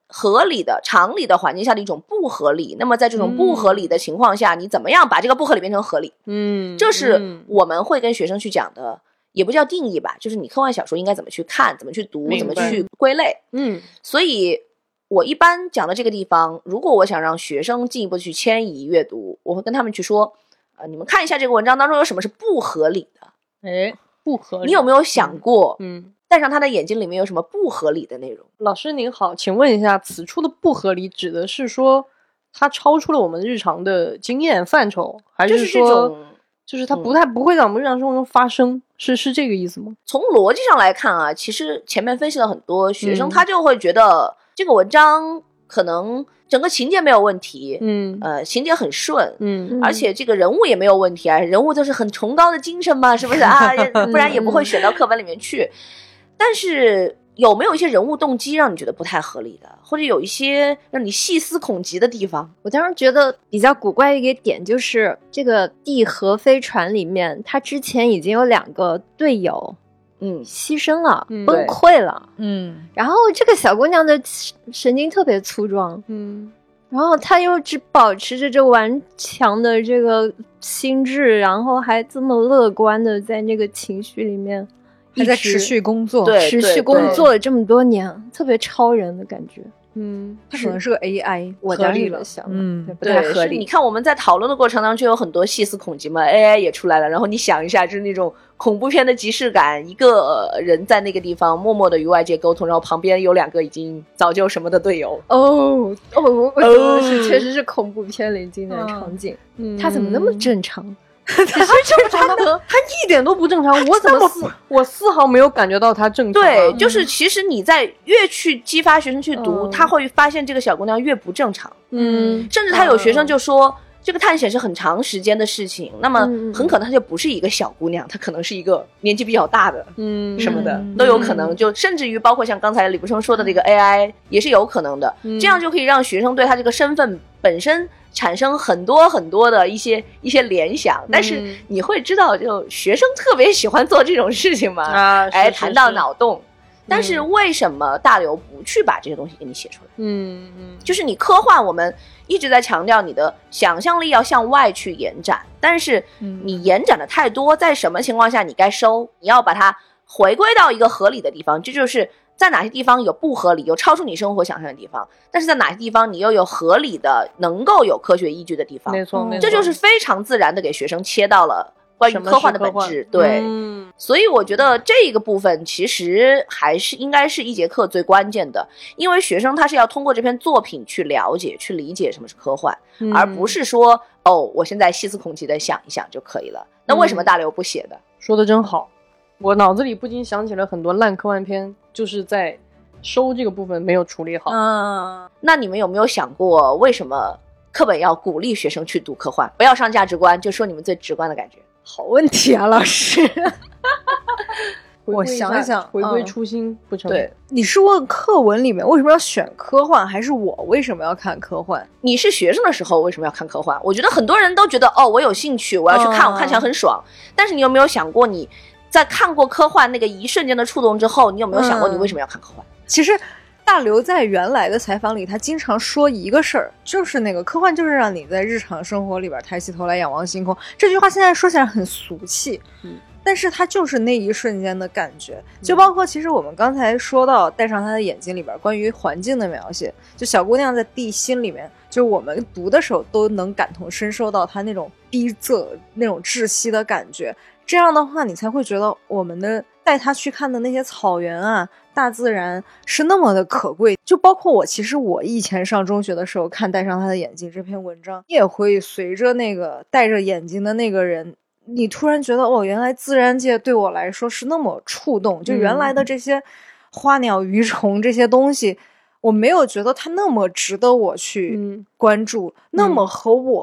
合理的常理的环境下的一种不合理，那么在这种不合理的情况下、嗯、你怎么样把这个不合理变成合理， 嗯， 这是我们会跟学生去讲的，也不叫定义吧，就是你科幻小说应该怎么去看，怎么去读，怎么去归类。 嗯， 所以我一般讲的这个地方，如果我想让学生进一步去迁移阅读，我会跟他们去说呃，你们看一下这个文章当中有什么是不合理的。 诶，不合理， 你有没有想过嗯， 戴上他的眼睛里面有什么不合理的内容？ 老师您好，请问一下，此处的不合理指的是说它超出了我们日常的经验范畴，还是说、就是、就是它不太、嗯、不会在我们日常生活中发生，是是这个意思吗？ 从逻辑上来看啊，其实前面分析了很多，学生他就会觉得这个文章可能整个情节没有问题， 嗯， 呃，情节很顺， 嗯， 而且这个人物也没有问题啊，人物都是很崇高的精神嘛，是不是啊？不然也不会选到课本里面去。但是有没有一些人物动机让你觉得不太合理的，或者有一些让你细思恐极的地方？ 我当时觉得比较古怪的一个点就是这个地核飞船里面，他之前已经有两个队友嗯， 牺牲了、 嗯、 崩溃了， 嗯， 然后这个小姑娘的神经特别粗壮， 嗯， 然后她又只保持着这顽强的这个心智，然后还这么乐观的在那个情绪里面还在持续工作， 对， 持续工作了这么多年，特别超人的感觉。 嗯， 它可能是个 A I， 我当时的想， 嗯， 不太合理。 你看我们在讨论的过程当中就有很多细思恐极嘛 ，A I 也出来了。然后你想一下，就是那种恐怖片的即视感，一个人在那个地方默默的与外界沟通，然后旁边有两个已经早就什么的队友。 哦哦，我觉得是确实是恐怖片临近的场景。 嗯， 他怎么那么正常？ 他正常的，他一点都不正常。我怎么丝我丝毫没有感觉到他正常、啊。 对，就是其实你在越去激发学生去读，嗯、他会发现这个小姑娘越不正常。 嗯， 甚至他有学生就说。嗯这个探险是很长时间的事情，那么很可能她就不是一个小姑娘，她可能是一个年纪比较大的，嗯，什么的、嗯、都有可能，就甚至于包括像刚才李步生说的这个 A I 也是有可能的、嗯、这样就可以让学生对她这个身份本身产生很多很多的一些一些联想，但是你会知道就学生特别喜欢做这种事情嘛， 啊， 哎，谈到脑洞。但是为什么大刘不去把这些东西给你写出来？ 嗯嗯， 就是你科幻，我们一直在强调你的想象力要向外去延展，但是你延展的太多，在什么情况下你该收？你要把它回归到一个合理的地方，这就是在哪些地方有不合理，有超出你生活想象的地方，但是在哪些地方你又有合理的，能够有科学依据的地方。 没错，没错， 这就是非常自然的给学生切到了关于科幻的本质，对、嗯，所以我觉得这个部分其实还是应该是一节课最关键的，因为学生他是要通过这篇作品去了解、去理解什么是科幻，嗯、而不是说哦，我现在细思恐极的想一想就可以了。那为什么大刘不写的？嗯、 说的真好，我脑子里不禁想起了很多烂科幻片，就是在收这个部分没有处理好。 嗯，那你们有没有想过，为什么课本要鼓励学生去读科幻？不要上价值观，就说你们最直观的感觉。 好问题啊，老师。我想想， 回归初心、嗯、不成。 对，你是问课文里面为什么要选科幻，还是我为什么要看科幻？ 你是学生的时候为什么要看科幻？我觉得很多人都觉得哦，我有兴趣，我要去看，嗯、我看起来很爽。但是你有没有想过，你在看过科幻那个一瞬间的触动之后，你有没有想过你为什么要看科幻？嗯、 其实。大刘在原来的采访里，他经常说一个事儿，就是那个科幻就是让你在日常生活里边抬起头来仰望星空。这句话现在说起来很俗气，嗯，但是它就是那一瞬间的感觉。就包括其实我们刚才说到戴上他的眼睛里边关于环境的描写，就小姑娘在地心里面，就我们读的时候都能感同身受到她那种逼仄、那种窒息的感觉。这样的话，你才会觉得我们的带他去看的那些草原啊、大自然是那么的可贵。就包括我，其实我以前上中学的时候看戴上他的眼睛这篇文章，你也会随着那个戴着眼睛的那个人，你突然觉得哦，原来自然界对我来说是那么触动。就原来的这些花鸟鱼虫这些东西，我没有觉得它那么值得我去关注，嗯、那么和我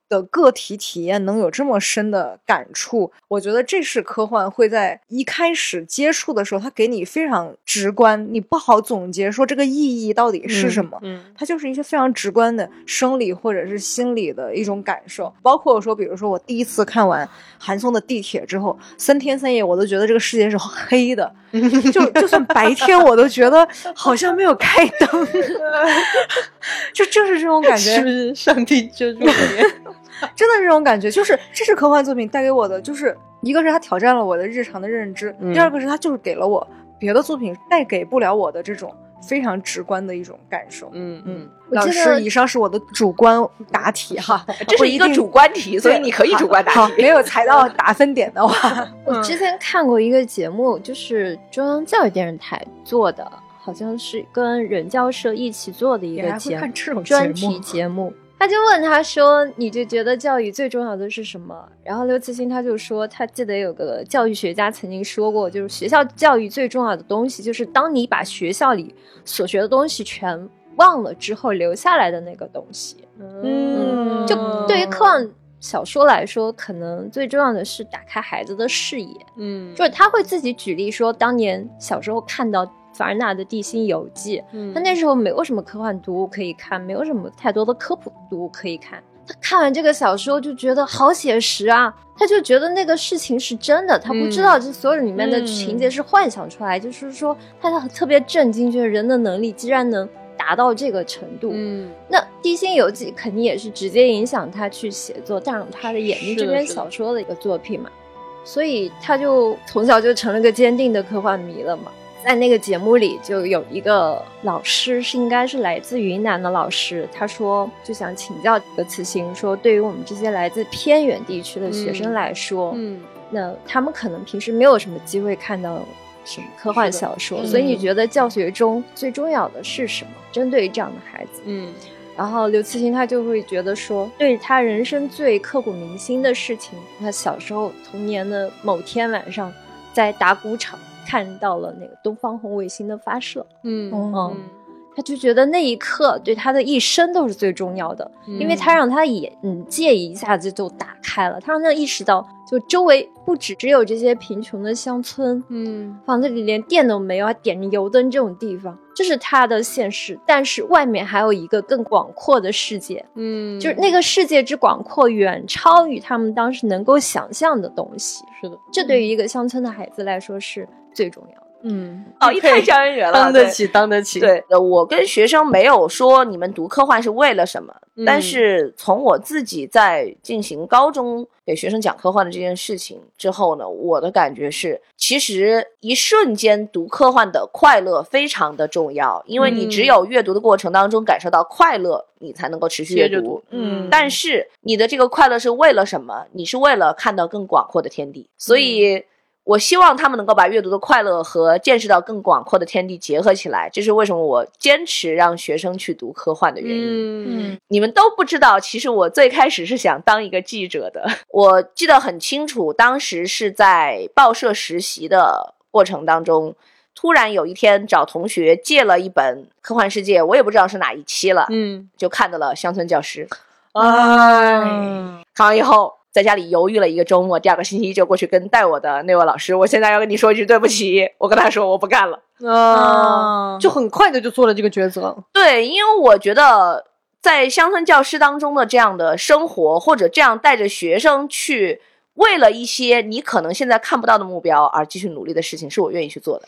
的个体体验能有这么深的感触，我觉得这是科幻会在一开始接触的时候，它给你非常直观，你不好总结说这个意义到底是什么，嗯，嗯它就是一些非常直观的生理或者是心理的一种感受。包括说，比如说我第一次看完韩松的地铁之后，三天三夜我都觉得这个世界是黑的，就就算白天我都觉得好像没有开灯，就就是这种感觉， 是不是上帝遮住脸？ 真的这种感觉，就是这是科幻作品带给我的，就是一个是它挑战了我的日常的认知，嗯、第二个是它就是给了我别的作品带给不了我的这种非常直观的一种感受。 嗯嗯， 老师，以上是我的主观答题哈， 这是一个主观题，所以你可以主观答题。 没有踩到打分点的话， 我之前看过一个节目，就是中央教育电视台做的，好像是跟人教社一起做的一个节目，专题节目。他就问他说，你就觉得教育最重要的是什么？然后刘慈欣他就说，他记得有个教育学家曾经说过，就是学校教育最重要的东西就是当你把学校里所学的东西全忘了之后留下来的那个东西。嗯，就对于科幻小说来说，可能最重要的是打开孩子的视野。嗯，就是他会自己举例说，当年小时候看到凡尔纳的《地心游记》，嗯，他那时候没有什么科幻读物可以看，没有什么太多的科普读物可以看。他看完这个小说就觉得好写实啊，他就觉得那个事情是真的，他不知道这所有里面的情节是幻想出来，嗯、就是说他特别震惊，觉得人的能力竟然能达到这个程度。嗯，那《地心游记》肯定也是直接影响他去写作，带上他的演绎这篇小说的一个作品嘛，所以他就从小就成了个坚定的科幻迷了嘛。在那个节目里就有一个老师，是应该是来自云南的老师，他说就想请教刘慈欣说，对于我们这些来自偏远地区的学生来说，嗯，那他们可能平时没有什么机会看到什么科幻小说，嗯、所以你觉得教学中最重要的是什么？针对于这样的孩子，嗯，然后刘慈欣他就会觉得说，对他人生最刻骨铭心的事情，他小时候童年的某天晚上在打鼓场看到了那个东方红卫星的发射，嗯嗯，他就觉得那一刻对他的一生都是最重要的，嗯、因为他让他眼界一下子就打开了，他让他意识到，就周围不只只有这些贫穷的乡村，嗯，房子里连电都没有，还点着油灯这种地方，这是他的现实，但是外面还有一个更广阔的世界，嗯，就是那个世界之广阔远超于他们当时能够想象的东西。 是的， 这对于一个乡村的孩子来说是最重要的。 嗯，哦，一太校园园了， 当得起，当得起。 对，我跟学生没有说你们读科幻是为了什么，嗯、但是从我自己在进行高中给学生讲科幻的这件事情之后呢，我的感觉是，其实一瞬间读科幻的快乐非常的重要，因为你只有阅读的过程当中感受到快乐，你才能够持续阅读。嗯，但是你的这个快乐是为了什么？你是为了看到更广阔的天地，所以。嗯我希望他们能够把阅读的快乐和见识到更广阔的天地结合起来，这是为什么我坚持让学生去读科幻的原因。嗯，你们都不知道，其实我最开始是想当一个记者的。我记得很清楚，当时是在报社实习的过程当中，突然有一天找同学借了一本科幻世界，我也不知道是哪一期了，嗯，就看到了乡村教师。哎，看完以后在家里犹豫了一个周末，第二个星期就过去跟带我的那位老师，我现在要跟你说一句对不起，我跟他说我不干了。 啊，就很快的就做了这个抉择。 对，因为我觉得在乡村教师当中的这样的生活，或者这样带着学生去为了一些你可能现在看不到的目标而继续努力的事情，是我愿意去做的。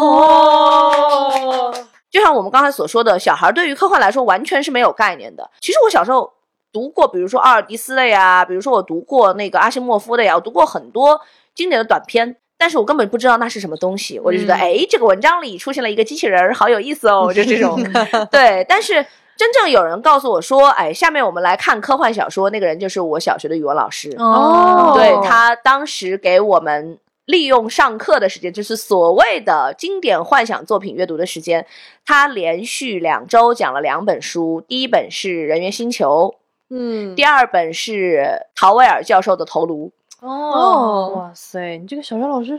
哦，就像我们刚才所说的，小孩对于科幻来说完全是没有概念的。其实我小时候读过比如说阿尔迪斯的呀，比如说我读过那个阿西莫夫的呀，我读过很多经典的短篇，但是我根本不知道那是什么东西，我就觉得哎、嗯，这个文章里出现了一个机器人，好有意思哦，就这种对。但是真正有人告诉我说，哎，下面我们来看科幻小说，那个人就是我小学的语文老师。哦，对，他当时给我们利用上课的时间，就是所谓的经典幻想作品阅读的时间，他连续两周讲了两本书，第一本是《人猿星球》，嗯，第二本是陶威尔教授的《头颅》。 哦，哇塞，你这个小学老师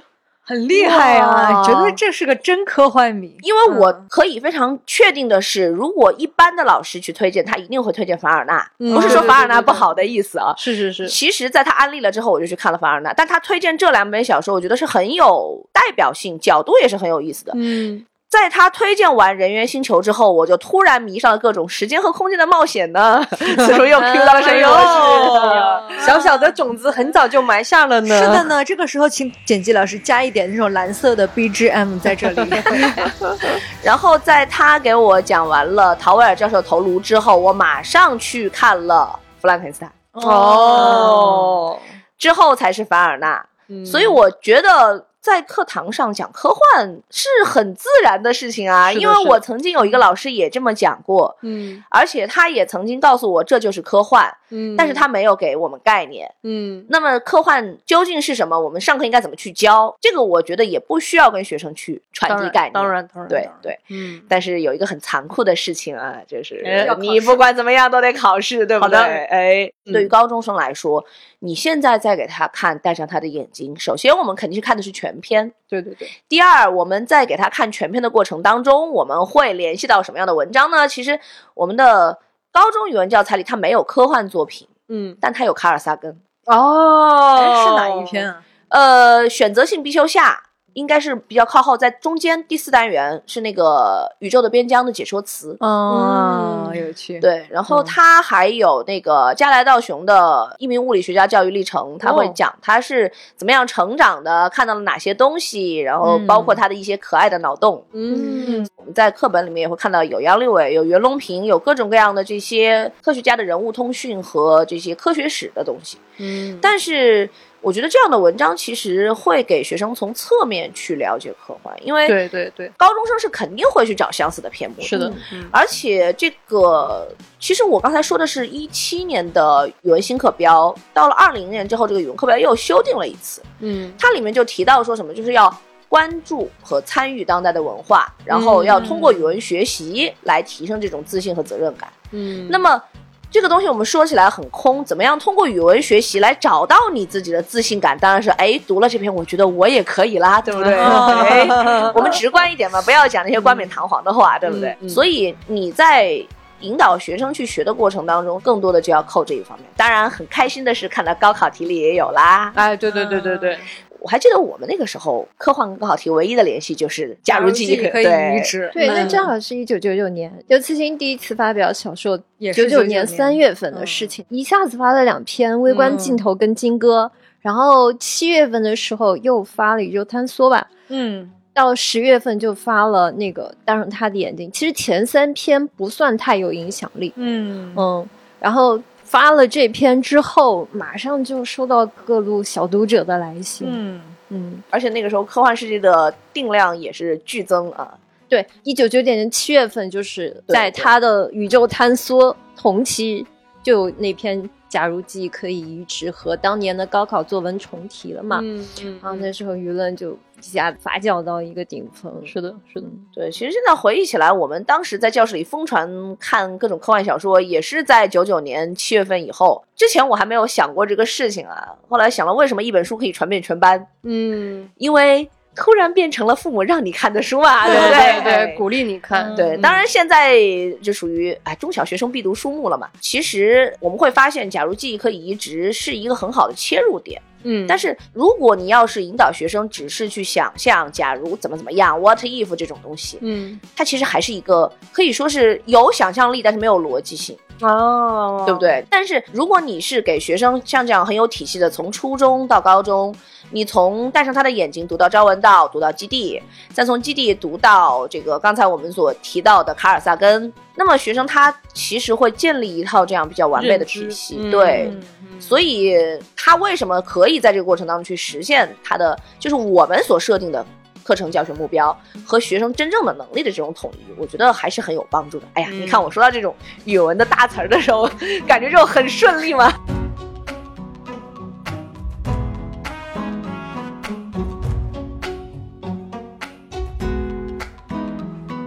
很厉害啊，觉得这是个真科幻迷。 因为我可以非常确定的是，如果一般的老师去推荐，他一定会推荐凡尔纳，嗯、不是说凡尔纳不好的意思啊。 是是是。 其实在他安利了之后，我就去看了凡尔纳，但他推荐这两本小说，我觉得是很有代表性，角度也是很有意思的。 嗯。 在他推荐完人猿星球之后，我就突然迷上了各种时间和空间的冒险呢。此处又 Q 到了声游戏， 小小的种子很早就埋下了呢。 是的呢，这个时候请剪辑老师加一点那种蓝色的 B G M 在这里。 然后在他给我讲完了陶威尔教授的头颅之后，我马上去看了弗兰肯斯坦。 哦， 之后才是凡尔纳。嗯、所以我觉得在课堂上讲科幻是很自然的事情啊，因为我曾经有一个老师也这么讲过， 嗯， 而且他也曾经告诉我这就是科幻，嗯，但是他没有给我们概念， 嗯， 那么科幻究竟是什么？我们上课应该怎么去教？这个我觉得也不需要跟学生去传递概念， 当然，当然， 对对， 嗯。 但是有一个很残酷的事情啊，就是你不管怎么样都得考试，对不对？哎， 嗯、 对于高中生来说，你现在再给他看，戴上他的眼睛，首先我们肯定是看的是全篇， 对对对。 第二，我们在给他看全篇的过程当中，我们会联系到什么样的文章呢？其实我们的高中语文教材里它没有科幻作品， 嗯， 但它有卡尔萨根。 哦， 是哪一篇啊？ 呃，选择性必修下应该是比较靠后，在中间第四单元是那个宇宙的边疆的解说词。 哦，有趣。 对，然后他还有那个加来道雄的一名物理学家教育历程，他会讲他是怎么样成长的，看到了哪些东西，然后包括他的一些可爱的脑洞。 嗯， 我们在课本里面也会看到有杨利伟，有袁隆平，有各种各样的这些科学家的人物通讯和这些科学史的东西。 嗯， 但是我觉得这样的文章其实会给学生从侧面去了解科幻，因为对对对， 高中生是肯定会去找相似的篇目的。 是的， 嗯、而且这个其实我刚才说的是一七年的语文新课标，到了二零年之后，这个语文课标又修订了一次。 嗯， 它里面就提到说什么，就是要关注和参与当代的文化，然后要通过语文学习来提升这种自信和责任感。 嗯， 那么这个东西我们说起来很空，怎么样通过语文学习来找到你自己的自信感？当然是哎，读了这篇我觉得我也可以啦，对不对？哎，我们直观一点嘛，不要讲那些冠冕堂皇的话，对不对？ 嗯嗯、 所以你在引导学生去学的过程当中，更多的就要扣这一方面。当然很开心的是看到高考题里也有啦。 哎，对对对对对。 我还记得我们那个时候科幻跟高考题唯一的联系就是假如记忆可以移植。 对，那正好是一九九九年刘慈欣第一次发表小说，九九年三月份的事情，嗯、一下子发了两篇《微观镜头》跟《金歌》，嗯、然后七月份的时候又发了《宇宙坍缩》吧， 嗯， 到十月份就发了那个戴上他的眼睛。其实前三篇不算太有影响力， 嗯嗯，然后发了这篇之后，马上就收到各路小读者的来信。 嗯嗯，而且那个时候科幻世界的定量也是剧增啊。 对，一九九九年七月份，就是在他的宇宙坍缩同期，就有那篇假如记忆可以移植和当年的高考作文重提了嘛。 嗯嗯， 然后那时候舆论就一下发酵到一个顶峰。 是的，是的， 对。其实现在回忆起来，我们当时在教室里疯传看各种科幻小说，也是在九九年七月份以后。之前我还没有想过这个事情啊，后来想了，为什么一本书可以传遍全班？ 嗯， 因为突然变成了父母让你看的书嘛，对不对？对对，鼓励你看。 对，当然现在就属于哎中小学生必读书目了嘛。其实我们会发现，假如记忆可以移植是一个很好的切入点。 嗯， 但是如果你要是引导学生只是去想象假如怎么怎么样 what if 这种东西， 嗯， 它其实还是一个可以说是有想象力但是没有逻辑性。 哦， 对不对？但是如果你是给学生像这样很有体系的，从初中到高中，你从戴上他的眼睛读到朝闻道，读到基地，再从基地读到这个刚才我们所提到的卡尔萨根，那么学生他其实会建立一套这样比较完备的体系。 嗯、 对、 嗯嗯， 所以他为什么可以在这个过程当中去实现他的就是我们所设定的课程教学目标和学生真正的能力的这种统一，我觉得还是很有帮助的。哎呀， 嗯、 你看我说到这种语文的大词儿的时候，感觉就很顺利吗？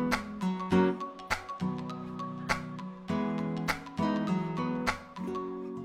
我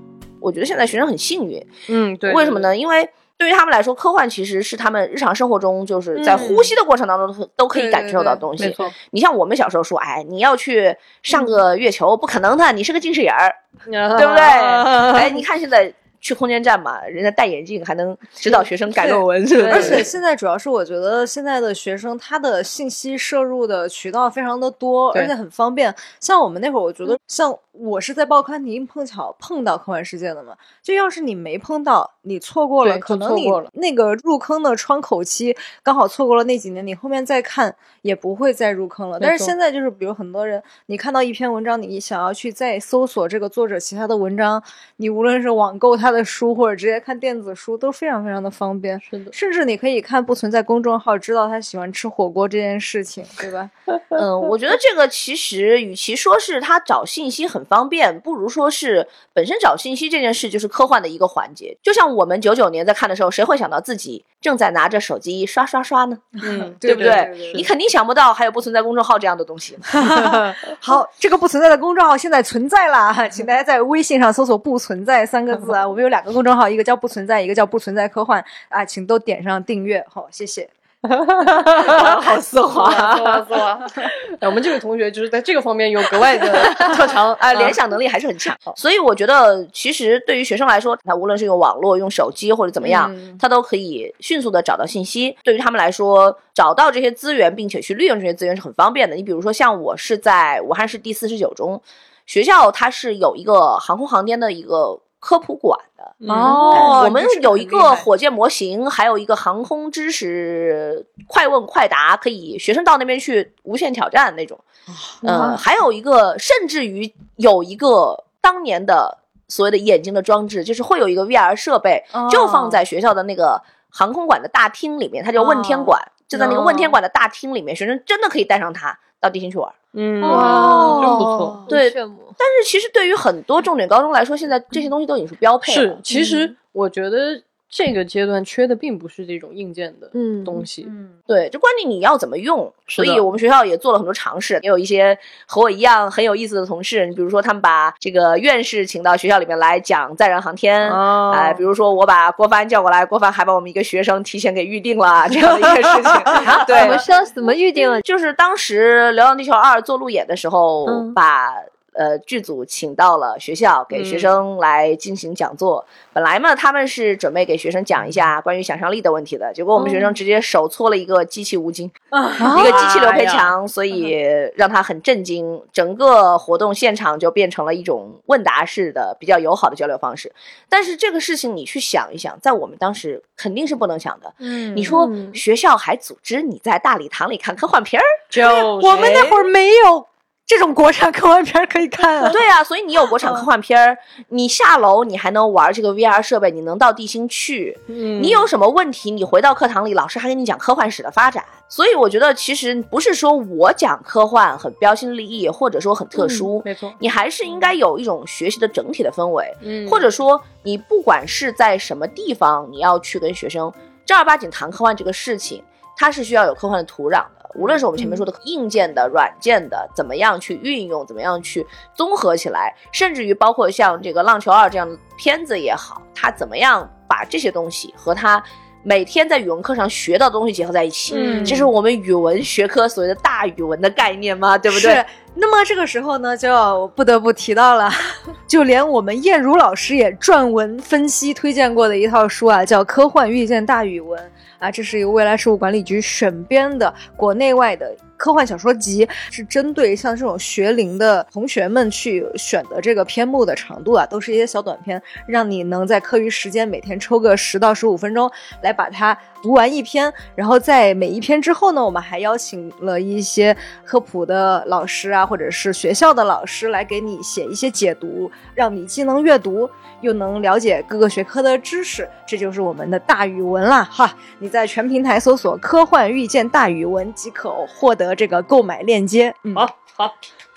我觉得现在学生很幸运。 嗯，对。 为什么呢？因为对于他们来说，科幻其实是他们日常生活中就是在呼吸的过程当中都、嗯、都可以感受到的东西。 对对对，没错。 你像我们小时候说，哎，你要去上个月球，嗯、不可能的，你是个近视眼儿，啊、对不对？哎，你看现在。去空间站嘛，人家戴眼镜还能指导学生改论文，是而且现在主要是我觉得现在的学生他的信息摄入的渠道非常的多，而且很方便。像我们那会儿，我觉得像我是在报刊亭碰巧碰到科幻世界的嘛，就要是你没碰到，你错过了，可能你那个入坑的窗口期刚好错过了那几年，你后面再看也不会再入坑了。但是现在就是比如很多人，你看到一篇文章，你想要去再搜索这个作者其他的文章，你无论是网购他的书或者直接看电子书都非常非常的方便。 是的， 甚至你可以看不存在公众号，知道他喜欢吃火锅这件事情，对吧？ 嗯，我觉得这个其实与其说是他找信息很方便，不如说是本身找信息这件事就是科幻的一个环节。就像我们九九年在看的时候，谁会想到自己正在拿着手机刷刷刷呢？ 嗯， 对不对？ 对对对对， 你肯定想不到还有不存在公众号这样的东西。 好，这个不存在的公众号现在存在了，请大家在微信上搜索不存在三个字啊。我们有两个公众号，一个叫不存在，一个叫不存在科幻啊，请都点上订阅。好，谢谢。 好丝滑， 丝滑丝滑。我们这位同学就是在这个方面有格外的特长啊，联想能力还是很强。所以我觉得，其实对于学生来说，他无论是用网络、用手机或者怎么样，嗯、他都可以迅速的找到信息。对于他们来说，找到这些资源并且去利用这些资源是很方便的。你比如说，像我是在武汉市第四十九中学校，它是有一个航空航天的一个科普馆的。 哦、 嗯，我们有一个火箭模型，还有一个航空知识快问快答，可以学生到那边去无限挑战那种。嗯，还有一个，甚至于有一个当年的所谓的眼睛的装置，就是会有一个 V R 设备，哦、就放在学校的那个航空馆的大厅里面，它叫问天馆，哦、就在那个问天馆的大厅里面，学生真的可以带上它到地心去玩。 嗯，哇，真不错， 对。但是其实对于很多重点高中来说，现在这些东西都已经是标配了。 是，其实我觉得这个阶段缺的并不是这种硬件的东西， 嗯，嗯对，就关键你要怎么用。所以我们学校也做了很多尝试，也有一些和我一样很有意思的同事，你比如说他们把这个院士请到学校里面来讲载人航天， 哦、 哎、呃，比如说我把郭帆叫过来，郭帆还把我们一个学生提前给预定了这样的一个事情。对， 我们学校怎么预定了？ 就是当时《流浪地球二》做路演的时候， 嗯、 把。呃，剧组请到了学校给学生来进行讲座。嗯、本来嘛，他们是准备给学生讲一下关于想象力的问题的，结果我们学生直接手搓了一个机器吴京， 啊、 一个机器刘培强，哎、所以让他很震惊。整个活动现场就变成了一种问答式的比较友好的交流方式。但是这个事情你去想一想，在我们当时肯定是不能想的。 嗯， 你说学校还组织你在大礼堂里看科幻片儿， 就我们那会儿没有。这种国产科幻片可以看啊！ 对啊，所以你有国产科幻片，你下楼你还能玩这个 V R 设备，你能到地心去。 嗯， 你有什么问题，你回到课堂里，老师还跟你讲科幻史的发展。所以我觉得，其实不是说我讲科幻很标新立异，或者说很特殊， 嗯、没错， 你还是应该有一种学习的整体的氛围。 嗯， 或者说你不管是在什么地方，你要去跟学生正儿八经谈科幻这个事情，它是需要有科幻的土壤的。无论是我们前面说的硬件的、软件的，怎么样去运用，怎么样去综合起来，甚至于包括像这个《浪球二》这样的片子也好，它怎么样把这些东西和它每天在语文课上学到的东西结合在一起， 嗯， 这是我们语文学科所谓的大语文的概念吗？对不对？ 是。那么这个时候呢，就要不得不提到了，就连我们燕如老师也撰文分析推荐过的一套书啊，叫《科幻遇见大语文》啊，这是由未来事务管理局选编的国内外的科幻小说集，是针对像这种学龄的同学们去选的这个篇目的长度啊，都是一些小短篇，让你能在课余时间每天抽个十到十五分钟来把它读完一篇。然后在每一篇之后呢，我们还邀请了一些科普的老师啊，或者是学校的老师来给你写一些解读，让你既能阅读又能了解各个学科的知识，这就是我们的大语文啦哈！你在全平台搜索科幻遇见大语文即可获得这个购买链接。 嗯，好好。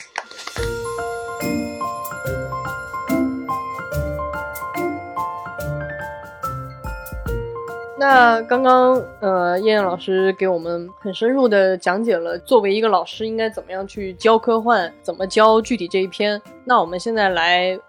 那刚刚呃，燕燕老师给我们很深入的讲解了作为一个老师应该怎么样去教科幻，怎么教具体这一篇。那我们现在来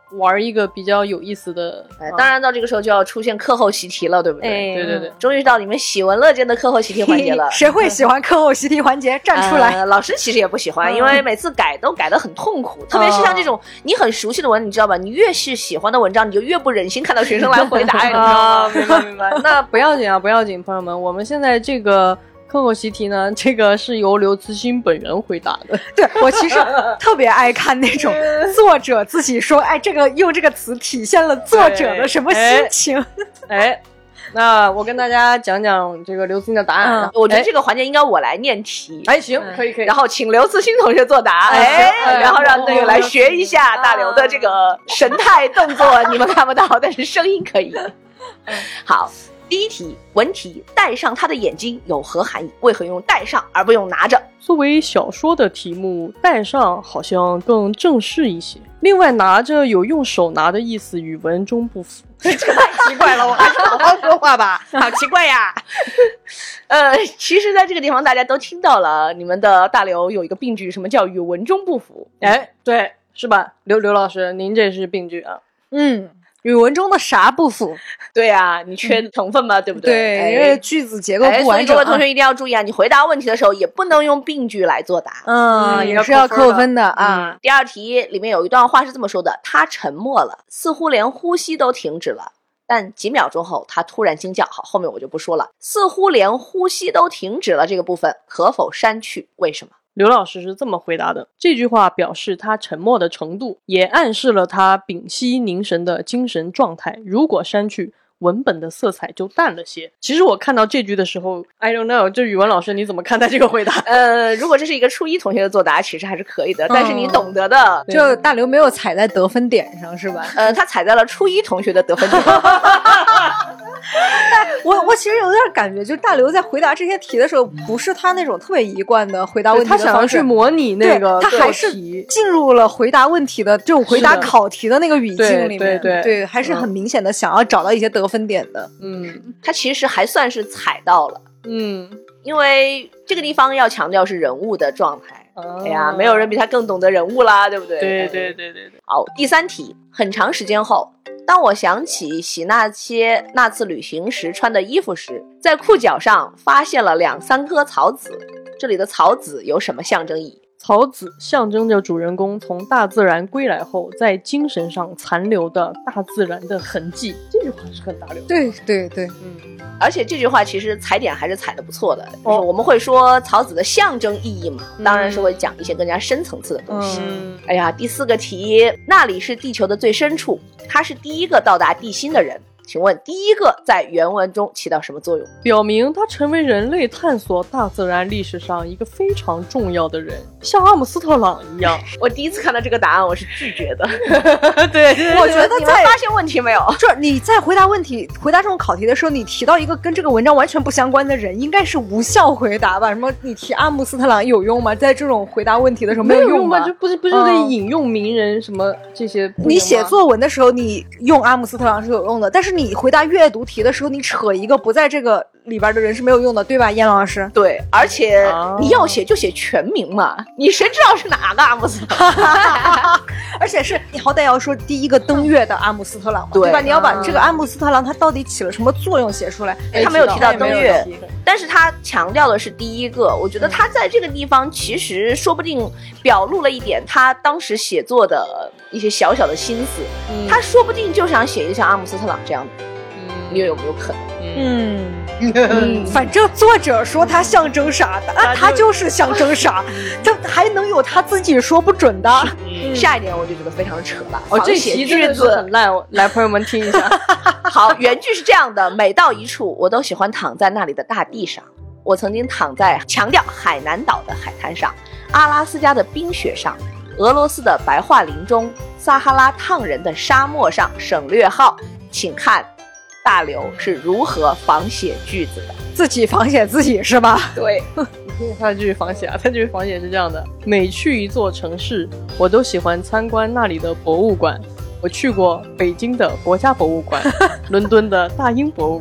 玩一个比较有意思的。 哎，当然到这个时候就要出现课后习题了，对不对？ 哎、对对对， 终于到你们喜闻乐见的课后习题环节了。 谁会喜欢课后习题环节？站出来、 呃！老师其实也不喜欢，因为每次改都改得很痛苦，特别是像这种你很熟悉的文，你知道吧？你越是喜欢的文章，你就越不忍心看到学生来回答，你知道吗？ 明白明白。那不要紧啊，不要紧，朋友们，我们现在这个课后习题呢，这个是由刘慈欣本人回答的。 对，我其实特别爱看那种作者自己说，哎，这个用这个词体现了作者的什么心情。 哎。哎那我跟大家讲讲这个刘慈欣的答案、 嗯、我觉得这个环节应该我来念题。 哎，行，可以可以。 然后请刘慈欣同学作答，哎，哎然后让那个来学一下大刘的这个神态动作，你们看不到，但是声音可以。好，第一题，文题，戴上他的眼睛有何含义？为何用戴上而不用拿着？ 作为小说的题目，戴上好像更正式一些。另外，拿着有用手拿的意思，与文中不符。 这太奇怪了，我还是好好说话吧。好奇怪呀。呃，其实在这个地方大家都听到了，你们的大刘有一个病句，什么叫与文中不符？ 哎，对，是吧？刘刘老师，您这是病句啊。 嗯。语文中的啥不符？ 对啊，你缺成分嘛、嗯、对不对？ 对、哎，因为句子结构不完整。 各位同学一定要注意啊，你回答问题的时候也不能用病句来作答。 嗯，嗯也是要扣分的啊、 嗯。第二题里面有一段话是这么说的：他沉默了，似乎连呼吸都停止了。但几秒钟后，他突然惊叫。好，后面我就不说了。似乎连呼吸都停止了这个部分可否删去？为什么？ 刘老师是这么回答的，这句话表示他沉默的程度，也暗示了他屏息凝神的精神状态。如果删去，文本的色彩就淡了些。其实我看到这句的时候 I don't know， 这语文老师你怎么看待这个回答？ 呃，如果这是一个初一同学的作答，其实还是可以的，但是你懂得的、 嗯、就大刘没有踩在得分点上是吧？ 呃，他踩在了初一同学的得分点上。 我我其实有点感觉，就是大刘在回答这些题的时候，不是他那种特别一贯的回答问题的方式， 他想要去模拟那个， 他还是进入了回答问题的这种回答考题的那个语境里面， 对对对, 对，还是很明显的想要找到一些得分点的。 嗯，他其实还算是踩到了， 嗯， 因为这个地方要强调是人物的状态。 哦、 哎呀，没有人比他更懂得人物啦，对不对？ 对对对对对。 好，第三题，很长时间后，当我想起洗那些那次旅行时穿的衣服时，在裤脚上发现了两三颗草籽。这里的草籽有什么象征意义？ 草籽象征着主人公从大自然归来后，在精神上残留的大自然的痕迹。这句话是很大流的。 对对对， 嗯。而且这句话其实踩点还是踩得不错的，就是我们会说草籽的象征意义嘛，当然是会讲一些更加深层次的东西。 嗯、 哎呀，第四个题，那里是地球的最深处，他是第一个到达地心的人。请问第一个在原文中起到什么作用？ 表明他成为人类探索大自然历史上一个非常重要的人，像阿姆斯特朗一样。 我第一次看到这个答案我是拒绝的。 对, 对, 对， 我觉得你们发现问题没有？ 这你在回答问题回答这种考题的时候，你提到一个跟这个文章完全不相关的人，应该是无效回答吧？什么你提阿姆斯特朗有用吗？在这种回答问题的时候没有用吧？就不是不是得引用名人什么这些、嗯？ 你写作文的时候你用阿姆斯特朗是有用的，但是你回答阅读题的时候，你扯一个不在这个里边的人是没有用的，对吧，燕老师？ 对，而且你要写就写全名嘛，你谁知道是哪个阿姆斯特朗？ 而且是你好歹要说第一个登月的阿姆斯特朗嘛， 对, 对吧？你要把这个阿姆斯特朗他到底起了什么作用写出来。 他没有提到登月，但是他强调的是第一个。我觉得他在这个地方其实说不定表露了一点他当时写作的一些小小的心思，嗯、他说不定就想写一个像阿姆斯特朗这样的。你有没有可能？ 嗯嗯，反正作者说他象征啥的，啊，他就是象征啥，这还能有他自己说不准的。 嗯、下一点我就觉得非常扯了。 哦，这题句子很烂，来朋友们听一下。 好，原句是这样的：每到一处，我都喜欢躺在那里的大地上。我曾经躺在强调海南岛的海滩上，阿拉斯加的冰雪上，俄罗斯的白桦林中，撒哈拉烫人的沙漠上，省略号，请看。大刘是如何仿写句子的？ 自己仿写自己是吧？ 对， 他继续仿写啊，他继续仿写是这样的：每去一座城市，我都喜欢参观那里的博物馆。我去过北京的国家博物馆，伦敦的大英博物馆，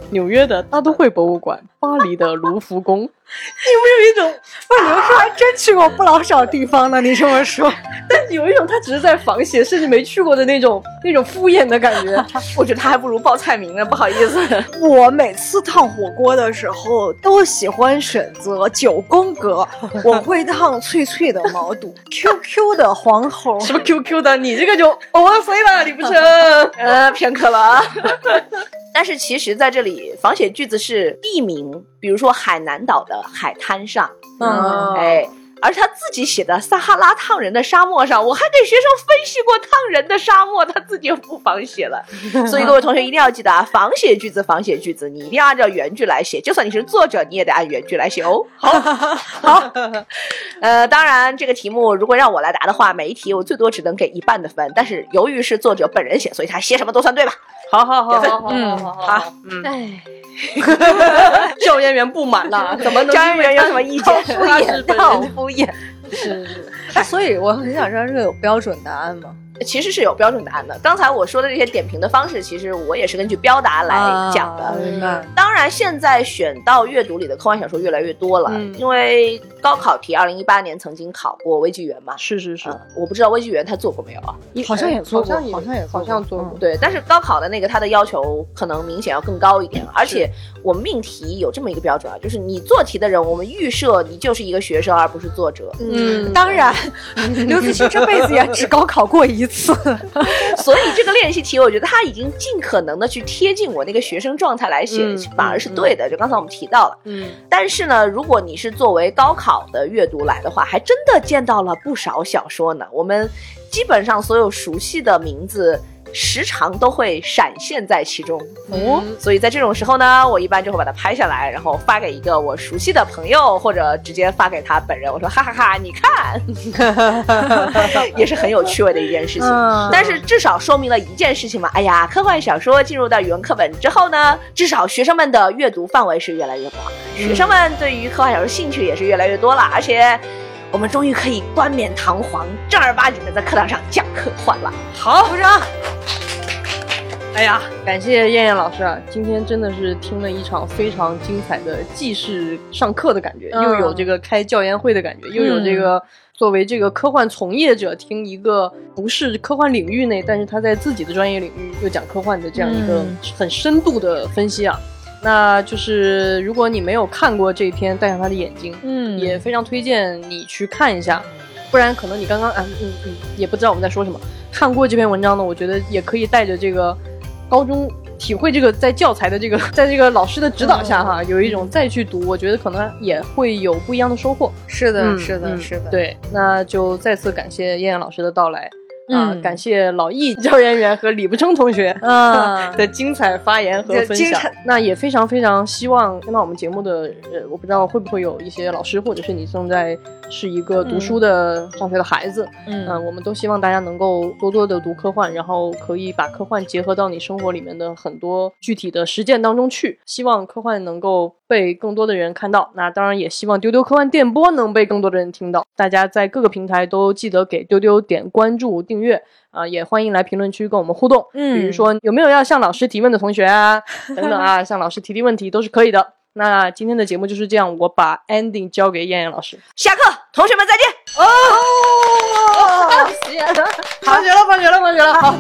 纽约的大都会博物馆，巴黎的卢浮宫。有没有一种， 不是刘叔还真去过不老少地方呢？你这么说， 但有一种他只是在仿写，甚至没去过的那种那种敷衍的感觉。 我觉得他还不如报菜名呢，不好意思。 我每次烫火锅的时候都喜欢选择九宫格，我会烫脆脆的毛肚，Q Q 的黄喉。 什么 Q Q 的？你这个就 O F C 了，李不成？ 呃，偏科了。但是其实在这里仿写句子是地名，比如说海南岛的海滩上， 嗯， 哎，而他自己写的撒哈拉烫人的沙漠上，我还给学生分析过烫人的沙漠，他自己又不仿写了。所以各位同学一定要记得啊，仿写句子仿写句子，你一定要按照原句来写，就算你是作者你也得按原句来写哦。好好呃，当然这个题目如果让我来答的话，每一题我最多只能给一半的分，但是由于是作者本人写，所以他写什么都算对吧。 好好好好好嗯好好好， 嗯， 哎，教研员不满了，怎么能？ 教研员有什么意见？ 敷衍，好敷衍。 是是， 哎，所以我很想知道这个有标准答案吗？ 其实是有标准答案的。刚才我说的这些点评的方式，其实我也是根据标答来讲的。 啊、明白。 当然，现在选到阅读里的科幻小说越来越多了，嗯、因为高考题二零一八年曾经考过微纪元嘛。 是是是、 嗯，我不知道微纪元他做过没有啊？ 好像也做过， 好像也好像做过。 对，但是高考的那个他的要求可能明显要更高一点，而且我们命题有这么一个标准啊，就是你做题的人，我们预设你就是一个学生，而不是作者。 嗯，当然，刘慈欣这辈子也只高考过一次。 所以这个练习题我觉得他已经尽可能的去贴近我那个学生状态来写、嗯、反而是对的、嗯、就刚才我们提到了。 嗯， 但是呢如果你是作为高考的阅读来的话，还真的见到了不少小说呢，我们基本上所有熟悉的名字时常都会闪现在其中、 哦、 所以在这种时候呢，我一般就会把它拍下来，然后发给一个我熟悉的朋友，或者直接发给他本人，我说哈哈哈你看也是很有趣味的一件事情、嗯、但是至少说明了一件事情嘛，哎呀，科幻小说进入到语文课本之后呢，至少学生们的阅读范围是越来越广、嗯、学生们对于科幻小说兴趣也是越来越多了，而且我们终于可以冠冕堂皇正儿八经的在课堂上讲科幻了。 好，鼓掌。哎呀，感谢燕燕老师啊！今天真的是听了一场非常精彩的，既是上课的感觉，嗯、又有这个开教研会的感觉，又有这个作为这个科幻从业者听一个不是科幻领域内，但是他在自己的专业领域又讲科幻的这样一个很深度的分析啊。嗯，那就是如果你没有看过这篇《戴上他的眼睛》，嗯，也非常推荐你去看一下，不然可能你刚刚啊嗯嗯也不知道我们在说什么。看过这篇文章呢，我觉得也可以带着这个高中体会这个在教材的这个在这个老师的指导下哈，有一种再去读，我觉得可能也会有不一样的收获。 是的， 嗯、 是的，嗯、是的。 对，那就再次感谢燕燕老师的到来。啊、嗯，感谢老易教研员和李不称同学啊的精彩发言和分享。那也非常非常希望听到我们节目的，呃，我不知道会不会有一些老师，或者是你正在是一个读书的、嗯、上学的孩子，嗯、呃，我们都希望大家能够多多的读科幻，然后可以把科幻结合到你生活里面的很多具体的实践当中去。希望科幻能够被更多的人看到，那当然也希望丢丢科幻电波能被更多的人听到。大家在各个平台都记得给丢丢点关注订阅啊、呃，也欢迎来评论区跟我们互动，嗯，比如说有没有要向老师提问的同学啊等等啊，向老师提提问题都是可以的。那今天的节目就是这样，我把 ending 交给燕燕老师。 下课，同学们再见。 哦，放学了，放学了，放学了，放学了，好。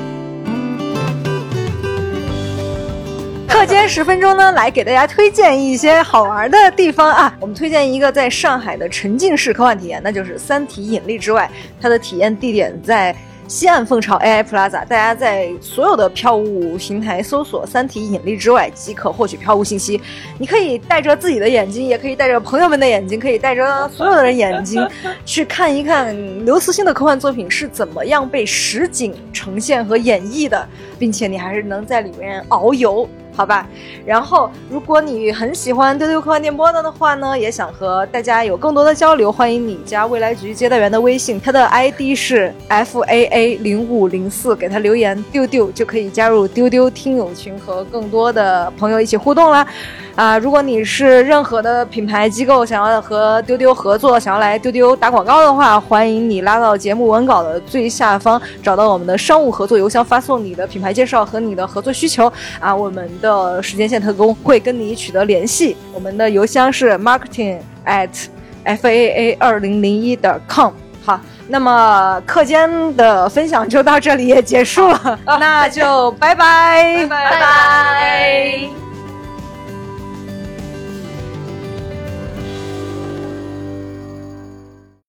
课间十分钟呢，来给大家推荐一些好玩的地方啊。我们推荐一个在上海的沉浸式科幻体验，那就是三体引力之外，它的体验地点在西岸凤巢 A I Plaza， 大家在所有的票务平台搜索三体引力之外即可获取票务信息。你可以带着自己的眼睛，也可以带着朋友们的眼睛，可以带着所有的人眼睛去看一看刘慈欣的科幻作品是怎么样被实景呈现和演绎的，并且你还是能在里面遨游，好吧。然后如果你很喜欢丢丢科幻电波的话呢，也想和大家有更多的交流，欢迎你加未来局接待员的微信，他的 I D 是 F A A 零五零四， 给他留言丢丢就可以加入丢丢听友群，和更多的朋友一起互动啦。啊，如果你是任何的品牌机构想要和丢丢合作，想要来丢丢打广告的话，欢迎你拉到节目文稿的最下方，找到我们的商务合作邮箱，发送你的品牌介绍和你的合作需求啊。我们的的时间线特工会跟你取得联系。我们的邮箱是 marketing at f a a 二零零一 点 com。 好，那么课间的分享就到这里也结束了，那就拜拜拜拜。